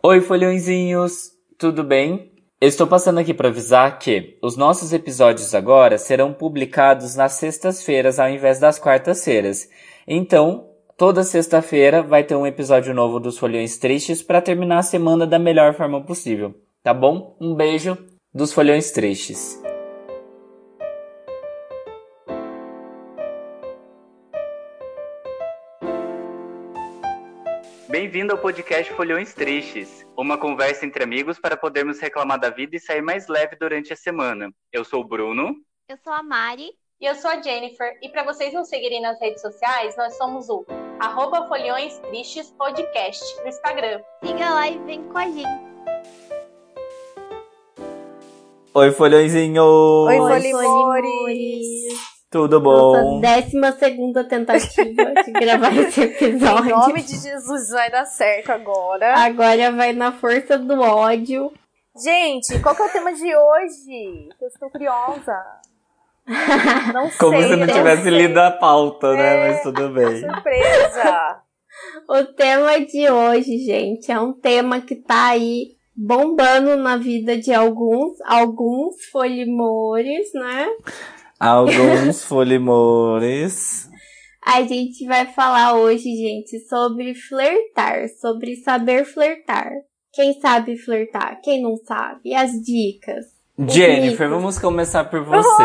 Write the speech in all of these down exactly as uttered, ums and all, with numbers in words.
Oi, folhõezinhos! Tudo bem? Eu estou passando aqui para avisar que os nossos episódios agora serão publicados nas sextas-feiras ao invés das quartas-feiras. Então, toda sexta-feira vai ter um episódio novo dos Folhões Tristes para terminar a semana da melhor forma possível, tá bom? Um beijo dos Folhões Tristes. Bem-vindo ao podcast Folhões Tristes, uma conversa entre amigos para podermos reclamar da vida e sair mais leve durante a semana. Eu sou o Bruno. Eu sou a Mari. E eu sou a Jennifer. E para vocês nos seguirem nas redes sociais, nós somos o arroba Folhões Tristes Podcast no Instagram. Siga lá e vem com a gente. Oi, folhõezinhos! Oi, folimores! Tudo bom? Nossa décima segunda tentativa de gravar esse episódio. Em nome de Jesus, vai dar certo agora. Agora vai na força do ódio. Gente, qual que é o tema de hoje? Eu estou curiosa. Não sei. Como se não tivesse sei. lido a pauta, é, né? Mas tudo bem. Surpresa! O tema de hoje, gente, é um tema que tá aí bombando na vida de alguns, alguns folimores, né? Alguns folimores. A gente vai falar hoje, gente, sobre flertar, sobre saber flertar. Quem sabe flertar, quem não sabe, as dicas. Jennifer, vamos começar por você.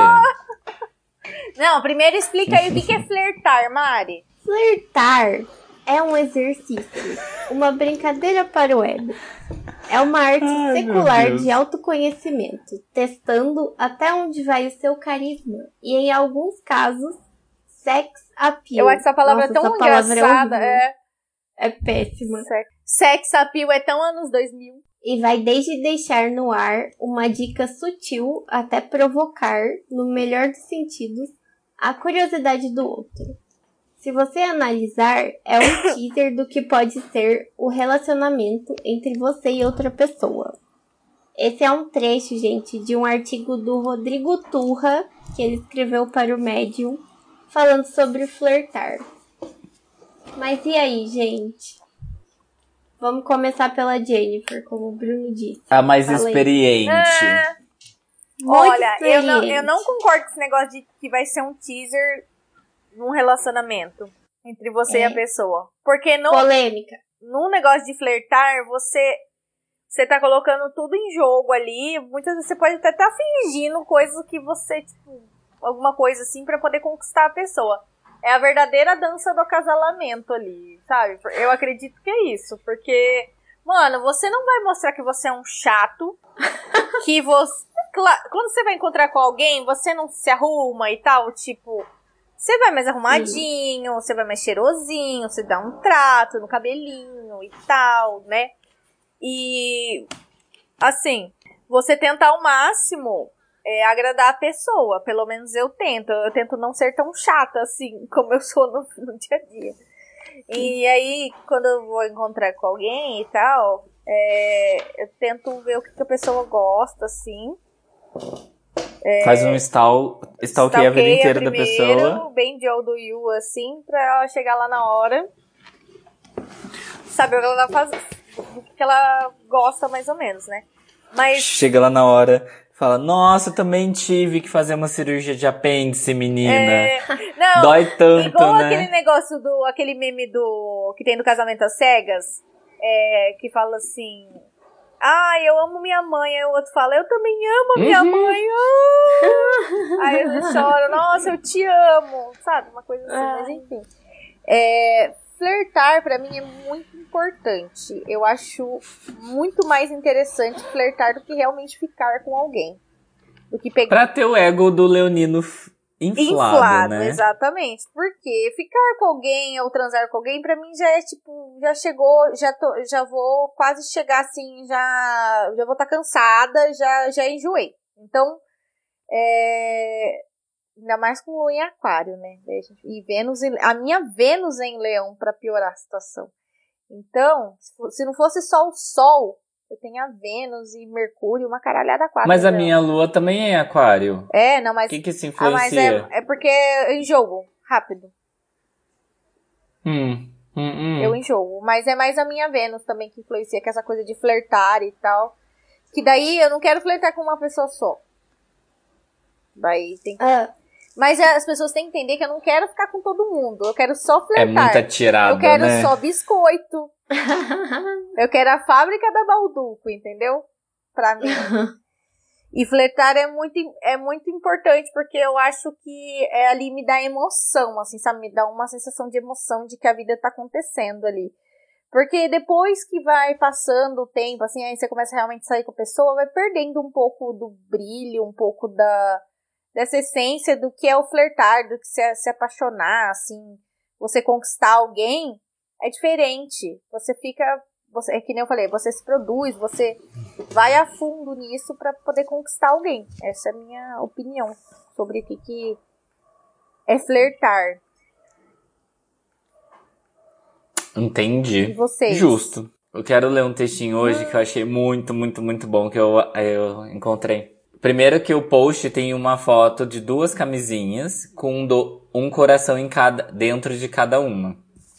Não, primeiro explica aí o que é flertar, Mari. Flertar é um exercício, uma brincadeira para o ego. É uma arte Ai, secular de autoconhecimento, testando até onde vai o seu carisma e, em alguns casos, sex appeal. Eu acho essa palavra Nossa, tão essa palavra engraçada. É, é... é péssima. Sex appeal é tão anos dois mil. E vai desde deixar no ar uma dica sutil até provocar, no melhor dos sentidos, a curiosidade do outro. Se você analisar, é um teaser do que pode ser o relacionamento entre você e outra pessoa. Esse é um trecho, gente, de um artigo do Rodrigo Turra, que ele escreveu para o Medium, falando sobre flertar. Mas e aí, gente? Vamos começar pela Jennifer, como o Bruno disse. A mais Fala experiente. É... Olha, eu não, eu não concordo com esse negócio de que vai ser um teaser num relacionamento entre você é. e a pessoa. Porque no, polêmica. No negócio de flertar, você, você tá colocando tudo em jogo ali. Muitas vezes você pode até estar tá fingindo coisas que você, tipo, alguma coisa assim pra poder conquistar a pessoa. É a verdadeira dança do acasalamento ali, sabe? Eu acredito que é isso, porque, mano, você não vai mostrar que você é um chato, que você... Quando você vai encontrar com alguém, você não se arruma e tal, tipo... Você vai mais arrumadinho, você vai mais cheirosinho, você dá um trato no cabelinho e tal, né? E, assim, você tenta ao máximo é, agradar a pessoa. Pelo menos eu tento. Eu tento não ser tão chata, assim, como eu sou no, no dia a dia. E aí, quando eu vou encontrar com alguém e tal, é, eu tento ver o que a pessoa gosta, assim... É, Faz um stal, stalkeia a vida inteira primeiro, da pessoa. Bem Joe do You, assim, pra ela chegar lá na hora. Saber o que ela faz, o que ela gosta, mais ou menos, né? Mas... Chega lá na hora, fala, nossa, eu também tive que fazer uma cirurgia de apêndice, menina. É... Não, dói tanto, igual né? aquele negócio do, aquele meme do, que tem do Casamento às Cegas, é, que fala assim... Ah, eu amo minha mãe. Aí o outro fala, eu também amo a minha uhum. mãe. Ah! Aí ele chora, nossa, eu te amo. Sabe, uma coisa assim, ah. Mas enfim. É, flertar, pra mim, é muito importante. Eu acho muito mais interessante flertar do que realmente ficar com alguém. Do que pegar... Pra ter o ego do leonino inflado, inflado, né? Exatamente. Porque ficar com alguém ou transar com alguém, pra mim já é tipo, já chegou, já, tô, já vou quase chegar assim, já, já vou estar tá cansada, já, já enjoei. Então, é, ainda mais com lua em aquário, né? E Vênus, a minha Vênus é em leão pra piorar a situação. Então, se não fosse só o Sol, eu tenho a Vênus e Mercúrio, uma caralhada quatro. Mas a minha lua também é em aquário. É, não, mas... O que que se influencia? Ah, mas é, é porque é em jogo, rápido. Hum, Hum, Eu hum. enjoo. Mas é mais a minha Vênus também que influencia, que é essa coisa de flertar e tal. Que daí eu não quero flertar com uma pessoa só. Daí tem que... Ah, Mas as pessoas têm que entender que eu não quero ficar com todo mundo. Eu quero só É flertar. muita tirada, eu quero né? só biscoito. Eu quero a fábrica da Balduco, entendeu? Pra mim. E flertar é muito, é muito importante, porque eu acho que é, ali me dá emoção, assim, sabe? Me dá uma sensação de emoção de que a vida tá acontecendo ali. Porque depois que vai passando o tempo, assim, aí você começa a realmente sair com a pessoa, vai perdendo um pouco do brilho, um pouco da, dessa essência do que é o flertar, do que se, se apaixonar, assim. Você conquistar alguém é diferente. Você fica... Você, é que nem eu falei, você se produz, você vai a fundo nisso pra poder conquistar alguém. Essa é a minha opinião sobre o que, que é flertar. Entendi. E vocês? Justo. Eu quero ler um textinho hoje que eu achei muito, muito, muito bom que eu, eu encontrei. Primeiro que o post tem uma foto de duas camisinhas com um, do, um coração em cada, dentro de cada uma.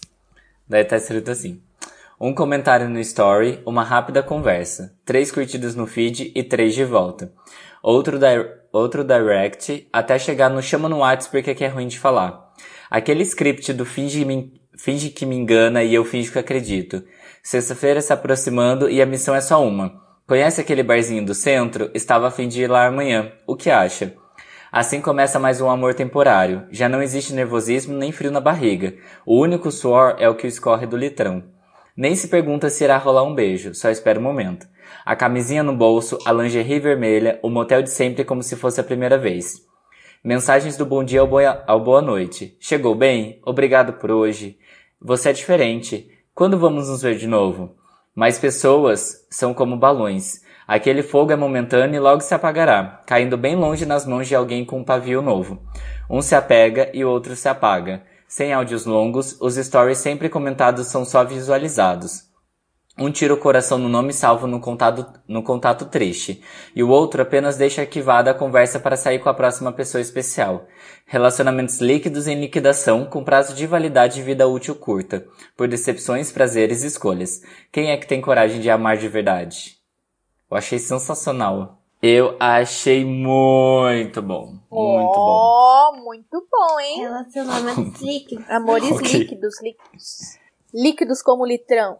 Daí tá escrito assim. Um comentário no story, uma rápida conversa. Três curtidas no feed e três de volta. Outro, di- outro direct, até chegar no chama no WhatsApp porque que é ruim de falar. Aquele script do finge, me- finge que me engana e eu finge que acredito. Sexta-feira se aproximando e a missão é só uma. Conhece aquele barzinho do centro? Estava a fim de ir lá amanhã. O que acha? Assim começa mais um amor temporário. Já não existe nervosismo nem frio na barriga. O único suor é o que escorre do litrão. Nem se pergunta se irá rolar um beijo, só espera o momento. A camisinha no bolso, a lingerie vermelha, o motel de sempre como se fosse a primeira vez. Mensagens do bom dia ao boa, ao boa noite. Chegou bem? Obrigado por hoje. Você é diferente. Quando vamos nos ver de novo? Mas pessoas são como balões. Aquele fogo é momentâneo e logo se apagará, caindo bem longe nas mãos de alguém com um pavio novo. Um se apega e o outro se apaga. Sem áudios longos, os stories sempre comentados são só visualizados. Um tira o coração no nome salvo no contato, no contato triste, e o outro apenas deixa arquivada a conversa para sair com a próxima pessoa especial. Relacionamentos líquidos em liquidação, com prazo de validade e vida útil curta, por decepções, prazeres e escolhas. Quem é que tem coragem de amar de verdade? Eu achei sensacional. Eu achei muito bom. Muito bom. Ó, muito bom, hein? relacionamentos líquidos. Amores Ok. líquidos, líquidos. Líquidos como litrão.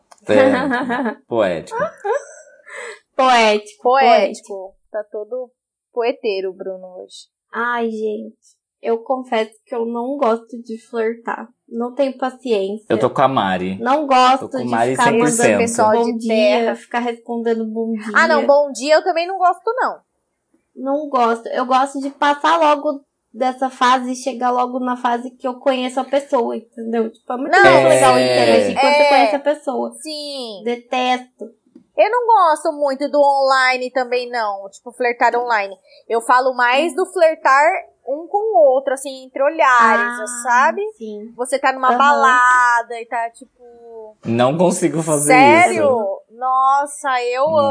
É, poético. Poético, poético. Poético. Tá todo poeteiro, Bruno, hoje. Ai, gente, eu confesso que eu não gosto de flertar. Não tenho paciência. Eu tô com a Mari. Não gosto Tô com de Mari ficar cem por mandando cento. Pessoal bom de dia, terra. ficar respondendo bom dia. Ah, não, bom dia eu também não gosto, não. Não gosto. Eu gosto de passar logo dessa fase e chegar logo na fase que eu conheço a pessoa, entendeu? Tipo, é muito Não, mais legal é- interagir quando você é. conhece a pessoa. Sim. Detesto. Eu não gosto muito do online também, não. Tipo, flertar online. Eu falo mais do flertar um com o outro, assim, entre olhares, Ah, sabe? Sim. Você tá numa Aham. balada e tá, tipo... Não consigo fazer Sério? isso. Nossa, eu Não.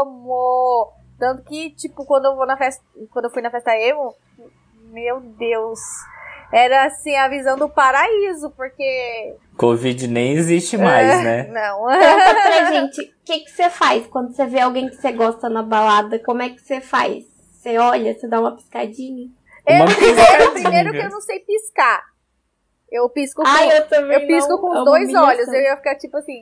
amo! Tanto que, tipo, quando eu vou na festa, quando eu fui na festa emo, meu Deus, era assim a visão do paraíso, porque Covid nem existe mais, né? não. Conta pra gente, o que que você faz quando você vê alguém que você gosta na balada? Como é que você faz? Você olha, você dá uma piscadinha? Eu, Uma primeiro, primeiro que eu não sei piscar. Eu pisco com, Ai, eu também eu pisco não, com é os uma dois humilhação. olhos. Eu ia ficar tipo assim.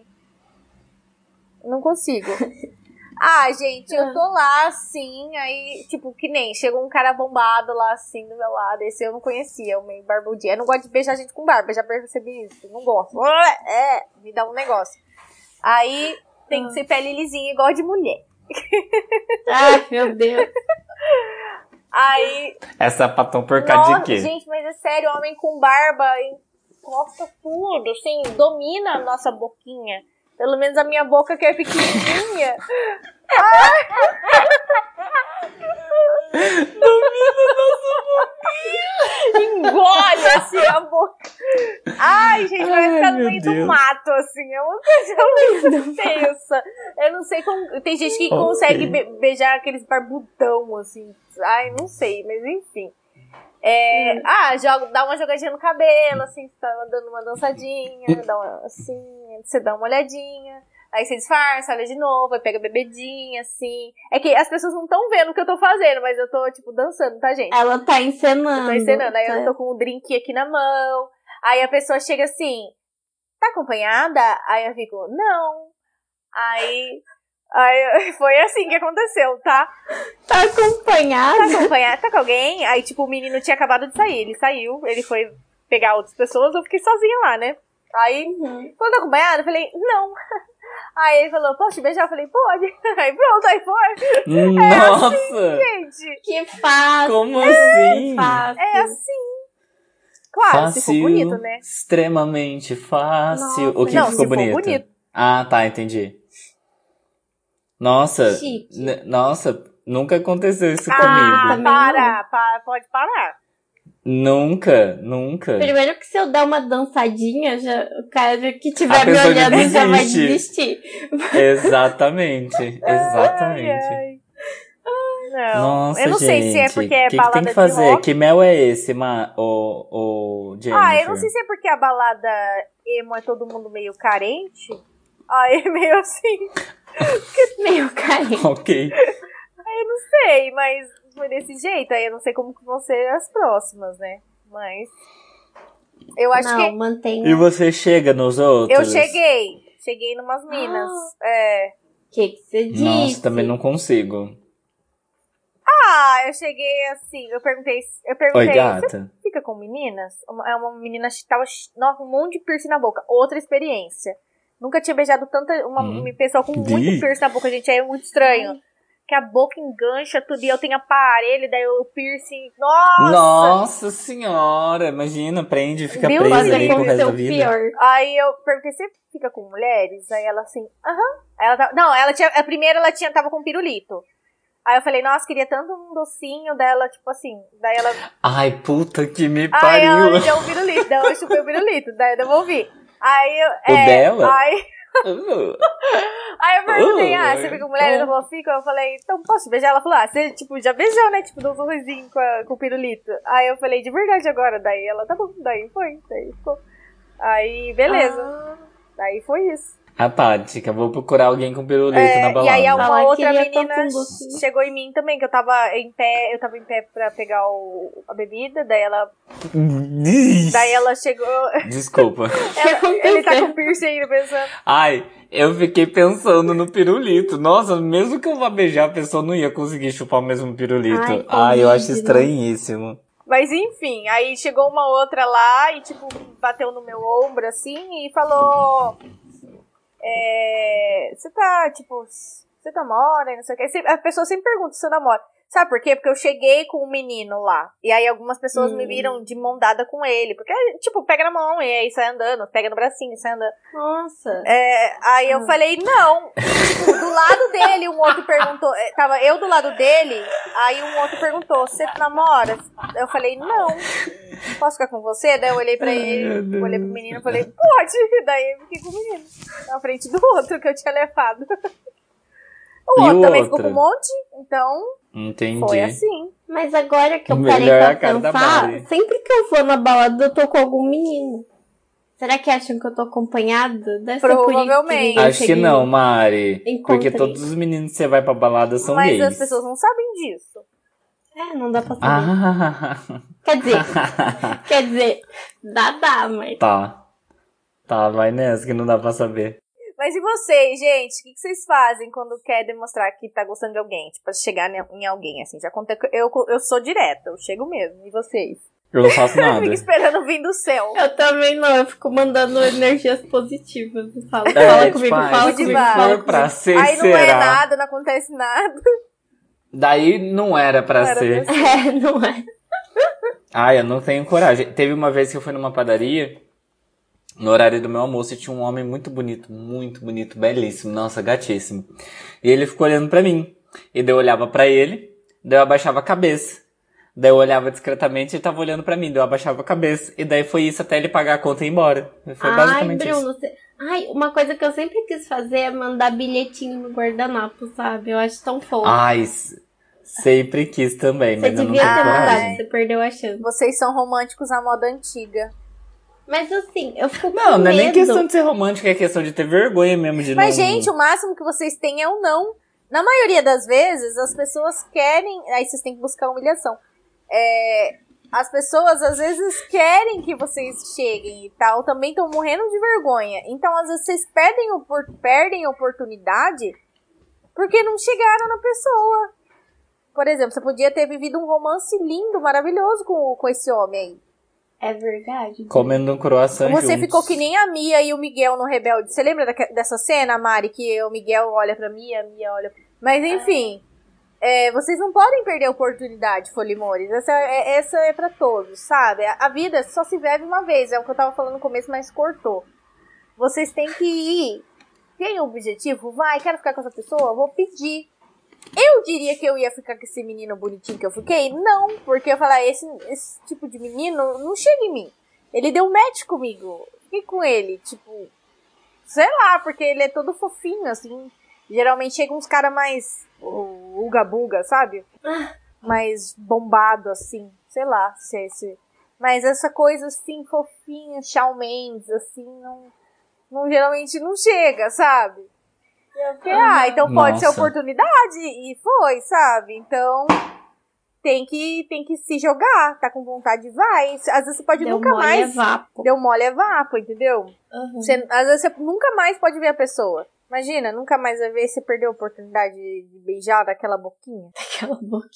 Não consigo. Ah, gente, eu tô lá assim, aí, tipo, que nem chegou um cara bombado lá assim do meu lado. Esse eu não conhecia, o meio barbudinho. Eu não gosto de beijar gente com barba, já percebi isso. Não gosto. É, me dá um negócio. Aí tem que ser pele lisinha, igual de mulher. Ai, meu Deus. Aí. É sapatão por causa Nossa, de quê? gente, mas é sério, homem com barba encosta tudo, assim, domina a nossa boquinha. Pelo menos a minha boca que é pequenininha. Domina nossa boquinha. Engole assim a boca. Ai, gente, vai Ai, ficar no meu meio do Deus. mato, assim. É uma coisa muito tensa. Eu não sei como. Tem gente que Ok. consegue be- beijar aqueles barbudão, assim. Ai, não sei, mas enfim. É, Hum. Ah, joga, dá uma jogadinha no cabelo, assim, você tá dando uma dançadinha, dá uma, assim, você dá uma olhadinha. Aí você disfarça, olha de novo, aí pega a bebedinha, assim. É que as pessoas não estão vendo o que eu tô fazendo, mas eu tô, tipo, dançando, tá, gente? Ela tá encenando. Eu tô encenando. Aí tá? eu tô com um drink aqui na mão. Aí a pessoa chega assim, tá acompanhada? Aí eu fico, não. Aí, aí foi assim que aconteceu, tá? Tá acompanhada? Tá acompanhada? Tá com alguém? Aí, tipo, o menino tinha acabado de sair. Ele saiu, ele foi pegar outras pessoas, eu fiquei sozinha lá, né? Aí, Uhum. quando tá acompanhada, eu falei, não. Aí ele falou, posso te beijar? Eu falei, pode. Aí pronto, aí foi. Nossa! Gente, Que fácil. Como assim? Fácil. é assim. Claro, Fácil, se for bonito, né? extremamente fácil. Nossa, O que não, que ficou se for bonito? bonito. Ah, tá, entendi. Nossa, Chique. n- nossa, nunca aconteceu isso Ah, comigo. também para, para, pode parar. Nunca, nunca. Primeiro que se eu der uma dançadinha, já, o cara que estiver A me pessoa já olhando já vai desiste. desistir. Exatamente, exatamente. Ai, ai. Não, Nossa, eu não sei se é gente, porque é que que balada tem que de fazer? rock. Que mel é esse, ma o, o Jennifer? Ah, eu não sei se é porque a balada emo é todo mundo meio carente. Aí é meio assim, Meio carente. Ok. não sei, mas foi desse jeito. Aí eu não sei como que vão ser as próximas, né? Mas eu acho Não, que mantenha. E você chega nos outros? eu cheguei. Cheguei numas minas. É. O que, que você disse? Nossa, também não consigo. Ah, eu cheguei assim, eu perguntei, eu perguntei, Oi, gata. você fica com meninas? Uma, é uma menina que tava, nossa, um monte de piercing na boca. Outra experiência. Nunca tinha beijado tanta, uma Hum. uma pessoa com muito Ih. piercing na boca, gente, aí é muito estranho. Que a boca engancha tudo e eu tenho aparelho, daí o piercing, nossa! Nossa senhora, imagina, prende, fica Viu? presa Pode ali pro resto acontecer da o vida. pior. Aí eu perguntei, você fica com mulheres? Aí ela assim, aham. Aí ela tava, não, ela tinha, a primeira ela tinha, tava com pirulito. Aí eu falei, nossa, queria tanto um docinho dela, tipo assim. Daí ela. Ai, puta que me Aí ela pariu. me deu um pirulito, daí eu chupei o pirulito, daí eu devolvi. Aí eu. O é, dela? Aí, aí eu perguntei, Oh, ah, você fica com mulher? Ela falou, fica. Eu falei, então posso te beijar? Ela falou, ah, você tipo, já beijou, né? Tipo, deu um sorrisinho com, a- com o pirulito. Aí eu falei, de verdade agora. Daí ela, tá bom, daí foi, daí ficou. Aí, beleza. Ah, Daí foi isso. A tática, vou procurar alguém com pirulito É, na e balada. aí uma Ela outra queria menina tanto um docinho. chegou em mim também, que eu tava em pé, eu tava em pé pra pegar o, a bebida, daí ela, daí ela chegou, Desculpa. ela- ele tá com piercing ainda pensando. Ai, eu fiquei pensando no pirulito. Nossa, mesmo que eu vá beijar, a pessoa não ia conseguir chupar o mesmo pirulito. Ai, Ai, eu acho Covid, estranhíssimo. Mas enfim, aí chegou uma outra lá e tipo, bateu no meu ombro assim e falou, é, você tá, tipo, você namora e não sei o que. Sempre- A pessoa sempre pergunta se eu namoro. Sabe por quê? Porque eu cheguei com um menino lá. E aí algumas pessoas Hum. me viram de mão dada com ele. Porque, tipo, pega na mão e aí sai andando, pega no bracinho e sai andando. Nossa. É, aí eu Hum. falei, não. Tipo, do lado dele, um outro perguntou. é, Tava eu do lado dele, aí um outro perguntou, você namora? Eu falei, não. Posso ficar com você? Daí eu olhei pra ele, meu olhei pro Deus. menino e falei, pode. Daí eu fiquei com o menino. Na frente do outro que eu tinha levado. O E outro o também ficou com outro? um monte, então Entendi. foi assim. Mas agora que eu Melhor parei é pra a cara da pensar, Mari. sempre que eu vou na balada eu tô com algum menino. Será que acham que eu tô acompanhada? Deve ser por isso que Provavelmente. ninguém Acho que chega em não, mim. Mari. Encontrei. Porque todos os meninos que você vai pra balada são Mas gays. as pessoas não sabem disso. É, não dá pra saber. Ah, Quer dizer, quer dizer, dá, dá, mas... tá. Tá, vai nessa que não dá pra saber. Mas e vocês, gente? O que que vocês fazem quando quer demonstrar que tá gostando de alguém? Tipo, chegar em em alguém, assim. Já contei que eu, eu sou direta, eu chego mesmo. E vocês? Eu não faço nada. Fico esperando vir do céu. Eu também não, eu fico mandando energias positivas. Eu falo, É, fala tipo, comigo, ah, fala se comigo, vai. fala for pra comigo. ser, Aí não será? é nada, não acontece nada. Daí não era pra Não era ser. pra É, não é? Ai, eu não tenho coragem. Teve uma vez que eu fui numa padaria, no horário do meu almoço, e tinha um homem muito bonito, muito bonito, belíssimo, nossa, gatíssimo. E ele ficou olhando pra mim. E daí eu olhava pra ele, daí eu abaixava a cabeça. Daí eu olhava discretamente e ele tava olhando pra mim, daí eu abaixava a cabeça. E daí foi isso até ele pagar a conta e ir embora. Foi Ai, basicamente Bruno, isso. você... Ai, uma coisa que eu sempre quis fazer é mandar bilhetinho no guardanapo, sabe? Eu acho tão fofo. Ai, s- Sempre quis também, Você mas eu não devia tenho ter coragem. mudado, você perdeu a chance. Vocês são românticos à moda antiga. Mas assim, eu fico com Não, não é medo. nem questão de ser romântico, é questão de ter vergonha mesmo de Mas, não... gente, o máximo que vocês têm é o não. Na maioria das vezes, as pessoas querem... Aí vocês têm que buscar humilhação. É... As pessoas, às vezes, querem que vocês cheguem e tal. Também estão morrendo de vergonha. Então, às vezes, vocês perdem, opor... perdem a oportunidade porque não chegaram na pessoa. Por exemplo, você podia ter vivido um romance lindo, maravilhoso com, com esse homem aí. É verdade. Comendo um croissant Você juntos. ficou que nem a Mia e o Miguel no Rebelde. Você lembra daque- dessa cena, Mari? Que o Miguel olha pra Mia, a Mia olha... Mas, enfim... É, vocês não podem perder a oportunidade, Folimores. Essa é, essa é pra todos, sabe? A, a vida só se vive uma vez. É o que eu tava falando no começo, mas cortou. Vocês têm que ir. Tem um objetivo? Vai, quero ficar com essa pessoa? Vou pedir. Eu diria que eu ia ficar com esse menino bonitinho que eu fiquei? Não, porque eu falei, esse, esse tipo de menino não chega em mim. Ele deu match comigo. Fiquei com ele, tipo... Sei lá, porque ele é todo fofinho, assim. Geralmente chegam uns caras mais... O uga-buga, sabe? Mais bombado, assim. Sei lá, se, se... Mas essa coisa, assim, fofinha, Shawn Mendes, assim, não... não geralmente não chega, sabe? Eu fiquei, ah, então pode ser Nossa. oportunidade. E foi, sabe? Então... Tem que, tem que se jogar. Tá com vontade, vai. Às vezes você pode Deu nunca mole mais... é vapo. Deu mole é vapo, entendeu? Uhum. Você, às vezes você nunca mais pode ver a pessoa. Imagina, nunca mais vai ver, você perdeu a oportunidade de, de beijar daquela boquinha. Aquela boca.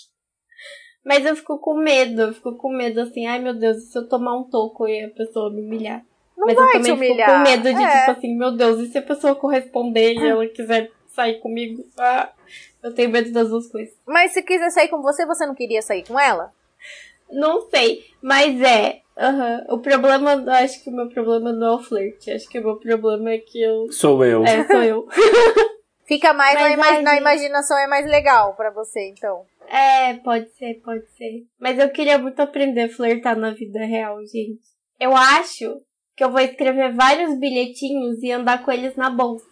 Mas eu fico com medo, eu fico com medo assim, ai meu Deus, e se eu tomar um toco e a pessoa me humilhar? Não Mas vai eu te também humilhar. fico com medo de, É. tipo assim, meu Deus, e se a pessoa corresponder e ela quiser sair comigo? Ah, eu tenho medo das duas coisas. Mas se quiser sair com você, você não queria sair com ela? Não sei, mas é. Aham. O problema, eu acho que o meu problema não é o flerte. Acho que o meu problema é que eu. Sou eu. É, sou eu. Fica mais Mas na, ima- ai, na gente. imaginação, é mais legal pra você, então. É, pode ser, pode ser. Mas eu queria muito aprender a flertar na vida real, gente. Eu acho que eu vou escrever vários bilhetinhos e andar com eles na bolsa.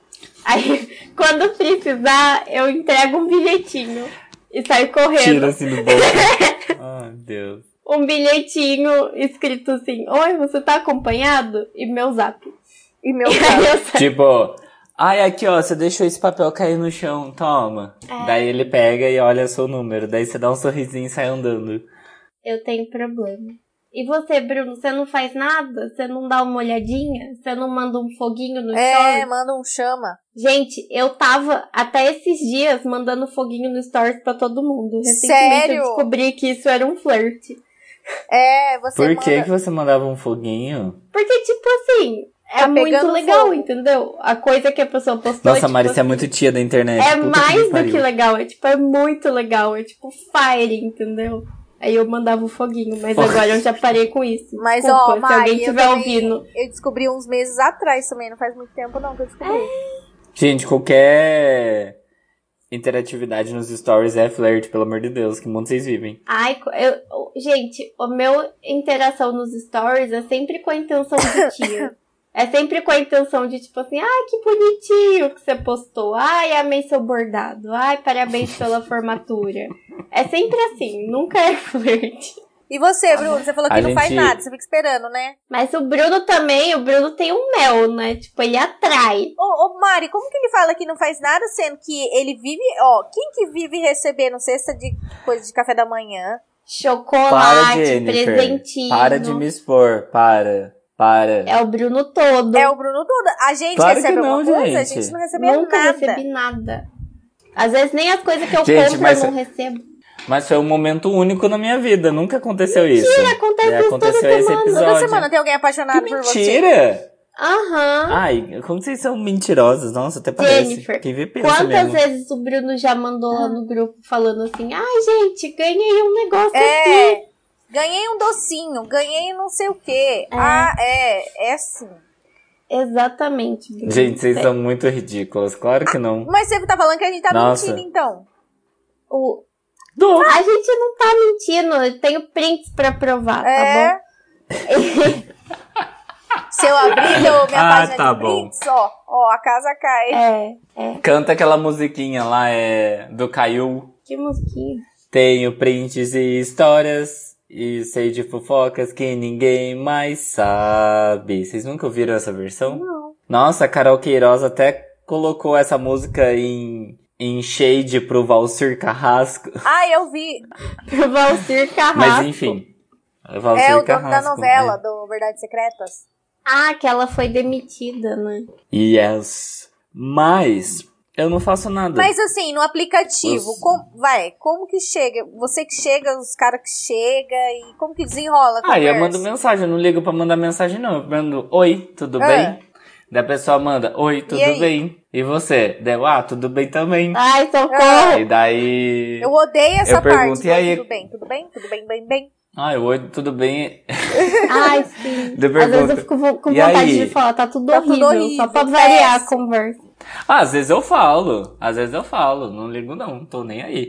Aí, quando precisar, eu entrego um bilhetinho e saio correndo. Tira assim do bolso. Ai, Deus. Um bilhetinho escrito assim: oi, você tá acompanhado? E meu zap. E meu Aí cara. eu saio. Tipo, ai, aqui ó, você deixou esse papel cair no chão, toma. É. Daí ele pega e olha seu número. Daí você dá um sorrisinho e sai andando. Eu tenho problema. E você, Bruno, você não faz nada? Você não dá uma olhadinha? Você não manda um foguinho no É, stories? manda um chama. Gente, eu tava até esses dias mandando foguinho no stories pra todo mundo. Recentemente Sério? eu descobri que isso era um flerte. É, você Por manda... que que você mandava um foguinho? Porque, tipo assim, é Tá muito pegando legal, fogo. entendeu? A coisa que a pessoa postou, Nossa, tipo Mari, você é assim, muito tia da internet. é Puta mais me do pariu. que legal. É tipo, é muito legal. É tipo fire, entendeu? Aí eu mandava o foguinho, mas agora eu já parei com isso. Mas, Desculpa, ó, se Mari, alguém eu estiver também- ouvindo. Eu descobri uns meses atrás também, não faz muito tempo não que eu descobri. Gente, qualquer interatividade nos stories é flirt, pelo amor de Deus. Que mundo vocês vivem? Ai, co- eu, gente, o meu interação nos stories é sempre com a intenção de tia. É sempre com a intenção de, tipo assim, ai, que bonitinho que você postou. Ai, amei seu bordado. Ai, parabéns pela formatura. É sempre assim, nunca é flerte. E você, Bruno? Você falou que A não faz gente- nada, você fica esperando, né? Mas o Bruno também, o Bruno tem um mel, né? Tipo, ele atrai. Ô, ô, Mari, como que ele fala que não faz nada, sendo que ele vive... Ó, quem que vive recebendo cesta de coisa de café da manhã? Para, Chocolate, Jennifer. presentinho. Para de me expor. Para. Para. É o Bruno todo. É o Bruno todo. A gente Claro recebe que não, alguma coisa? A gente. gente não recebe Nunca nada. recebi nada. Às vezes nem as coisas que eu Gente, compro mas eu não cê- recebo. Mas foi um momento único na minha vida. Nunca aconteceu isso. acontece É, isso aconteceu toda esse semana. episódio. Toda semana tem alguém apaixonado Que por você. mentira! Aham. Ai, como vocês são mentirosos. Nossa, até parece. Jennifer, Quem vê pensa Quantas mesmo. vezes o Bruno já mandou lá no grupo falando assim, ai gente, ganhei um negócio aqui. É, ganhei um docinho, ganhei não sei o quê. Ah, é, é assim. Exatamente, Bruno. Gente, vocês são muito ridículos. Claro que não. Mas você tá falando que a gente tá Nossa. mentindo, então. O... Dou. A gente não tá mentindo, eu tenho prints pra provar, É. tá bom? Se eu abrir meu, minha Ah, página tá de bom. prints, ó, ó, a casa cai. É, é. Canta aquela musiquinha lá, é. Do Caiu. Que musiquinha. Tenho prints e histórias e sei de fofocas que ninguém mais sabe. Vocês nunca ouviram essa versão? Não. Nossa, a Carol Queiroz até colocou essa música em, em shade pro Valcir Carrasco. Ah, eu vi. Pro Valcir Carrasco. Mas enfim. Valcir É o dono Carrasco, da novela, é. do Verdades Secretas. Ah, que ela foi demitida, né? Yes. Mas eu não faço nada. Mas assim, no aplicativo, Os- com- vai, como que chega? Você que chega, os caras que chega e como que desenrola a Ah, eu conversa? mando mensagem, eu não ligo pra mandar mensagem não. Eu mando, oi, tudo Ah. bem? Daí a pessoa manda, oi, tudo aí? bem? E você? Deu, ah, tudo bem também. Ai, socorro. E daí... Eu odeio essa Eu pergunto, parte. e aí? Tudo bem, tudo bem, tudo bem, bem, bem. Ah, oi, tudo bem? Ai, sim. De Às vezes pergunta. eu fico vo- com E vontade aí? de falar, tá tudo, Tá tudo horrível, horrível, só pra variar a péssimo. conversa. Ah, às vezes eu falo, às vezes eu falo, não ligo não, tô nem aí.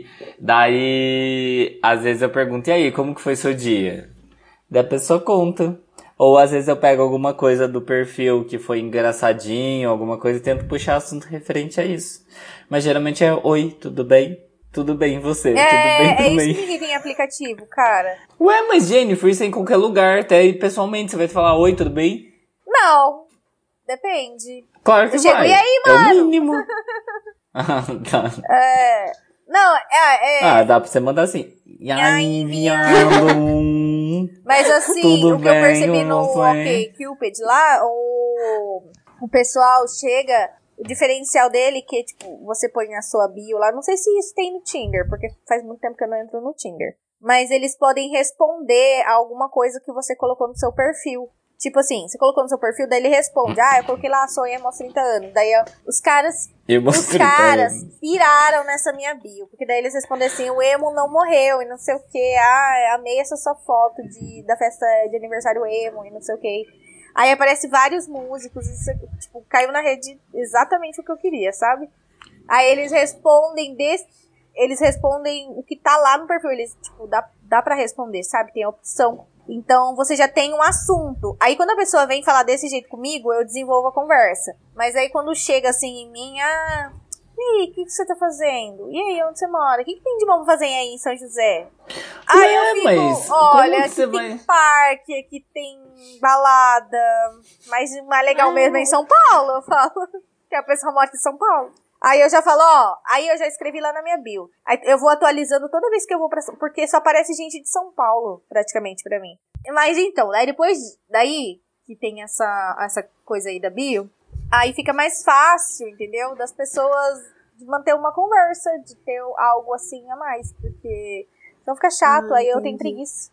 Daí, às vezes eu pergunto, e aí, como que foi seu dia? Daí a pessoa conta. Ou às vezes eu pego alguma coisa do perfil que foi engraçadinho, alguma coisa e tento puxar assunto referente a isso. Mas geralmente é, oi, tudo bem? Tudo bem, e você? tudo bem É, é também? isso que me irrita em aplicativo, cara. Ué, mas Jennifer, isso é em qualquer lugar, até aí pessoalmente você vai falar, oi, tudo bem? Não, depende. Claro que Eu chego, vai. e aí, É o mano? mínimo. Ah, tá. É, não, é, é Ah, dá pra você mandar assim. E aí, viado? mas assim, tudo o que eu bem, percebi no você? OkCupid lá, o, o pessoal chega, o diferencial dele que, tipo, você põe na sua bio lá, não sei se isso tem no Tinder, porque faz muito tempo que eu não entro no Tinder, mas eles podem responder a alguma coisa que você colocou no seu perfil. Tipo assim, você colocou no seu perfil, daí ele responde, ah, eu coloquei lá, sou emo aos trinta anos. Daí ó, os caras Eu Os mostrei caras pra ele. piraram nessa minha bio. Porque daí eles respondem assim, o emo não morreu e não sei o que. Ah, amei essa sua foto de, da festa de aniversário emo e não sei o que. Aí aparece vários músicos. Isso, tipo, caiu na rede exatamente o que eu queria, sabe? Aí eles respondem desse, eles respondem o que tá lá no perfil. Eles, tipo, dá, dá pra responder, sabe? Tem a opção. Então, você já tem um assunto. Aí, quando a pessoa vem falar desse jeito comigo, eu desenvolvo a conversa. Mas aí, quando chega assim em mim, ah, e aí, o que, que você tá fazendo? E aí, onde você mora? O que, que tem de bom pra fazer aí em São José? Aí Ué, eu fico, mas olha, como que aqui você tem vai- parque, aqui tem balada. Mas o mais legal mesmo é em São Paulo, eu falo. Que a pessoa mora em São Paulo. Aí eu já falo, ó, aí eu já escrevi lá na minha bio. Aí eu vou atualizando toda vez que eu vou pra... Porque só aparece gente de São Paulo, praticamente, pra mim. Mas então, aí depois, daí, que tem essa, essa coisa aí da bio, aí fica mais fácil, entendeu? Das pessoas de manter uma conversa, de ter algo assim a mais. Porque senão fica chato, Ah, aí eu tenho entendi. preguiça.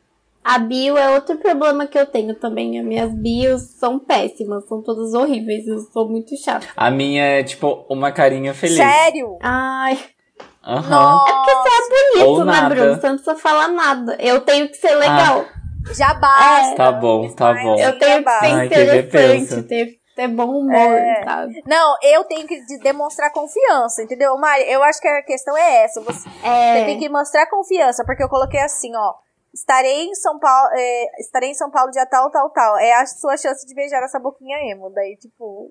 A bio é outro problema que eu tenho também. As minhas bios são péssimas, são todas horríveis. Eu sou muito chata. A minha é tipo uma carinha feliz. Sério? Ai, Aham. Nossa, bonito, Ou né, nada. Bruno? Você não precisa falar nada. Eu tenho que ser legal. já basta. Tá bom, tá Smile, bom. Eu tenho que já ser basta. Ai, quem vê, pensa. interessante, ter, ter bom humor, É. sabe? Não, eu tenho que de- demonstrar confiança, entendeu? Mari, eu acho que a questão é essa. Você, É, você tem que mostrar confiança, porque eu coloquei assim, ó. Estarei em São Paulo, é, estarei em São Paulo dia tal, tal, tal. É a sua chance de beijar essa boquinha emo. Daí, tipo...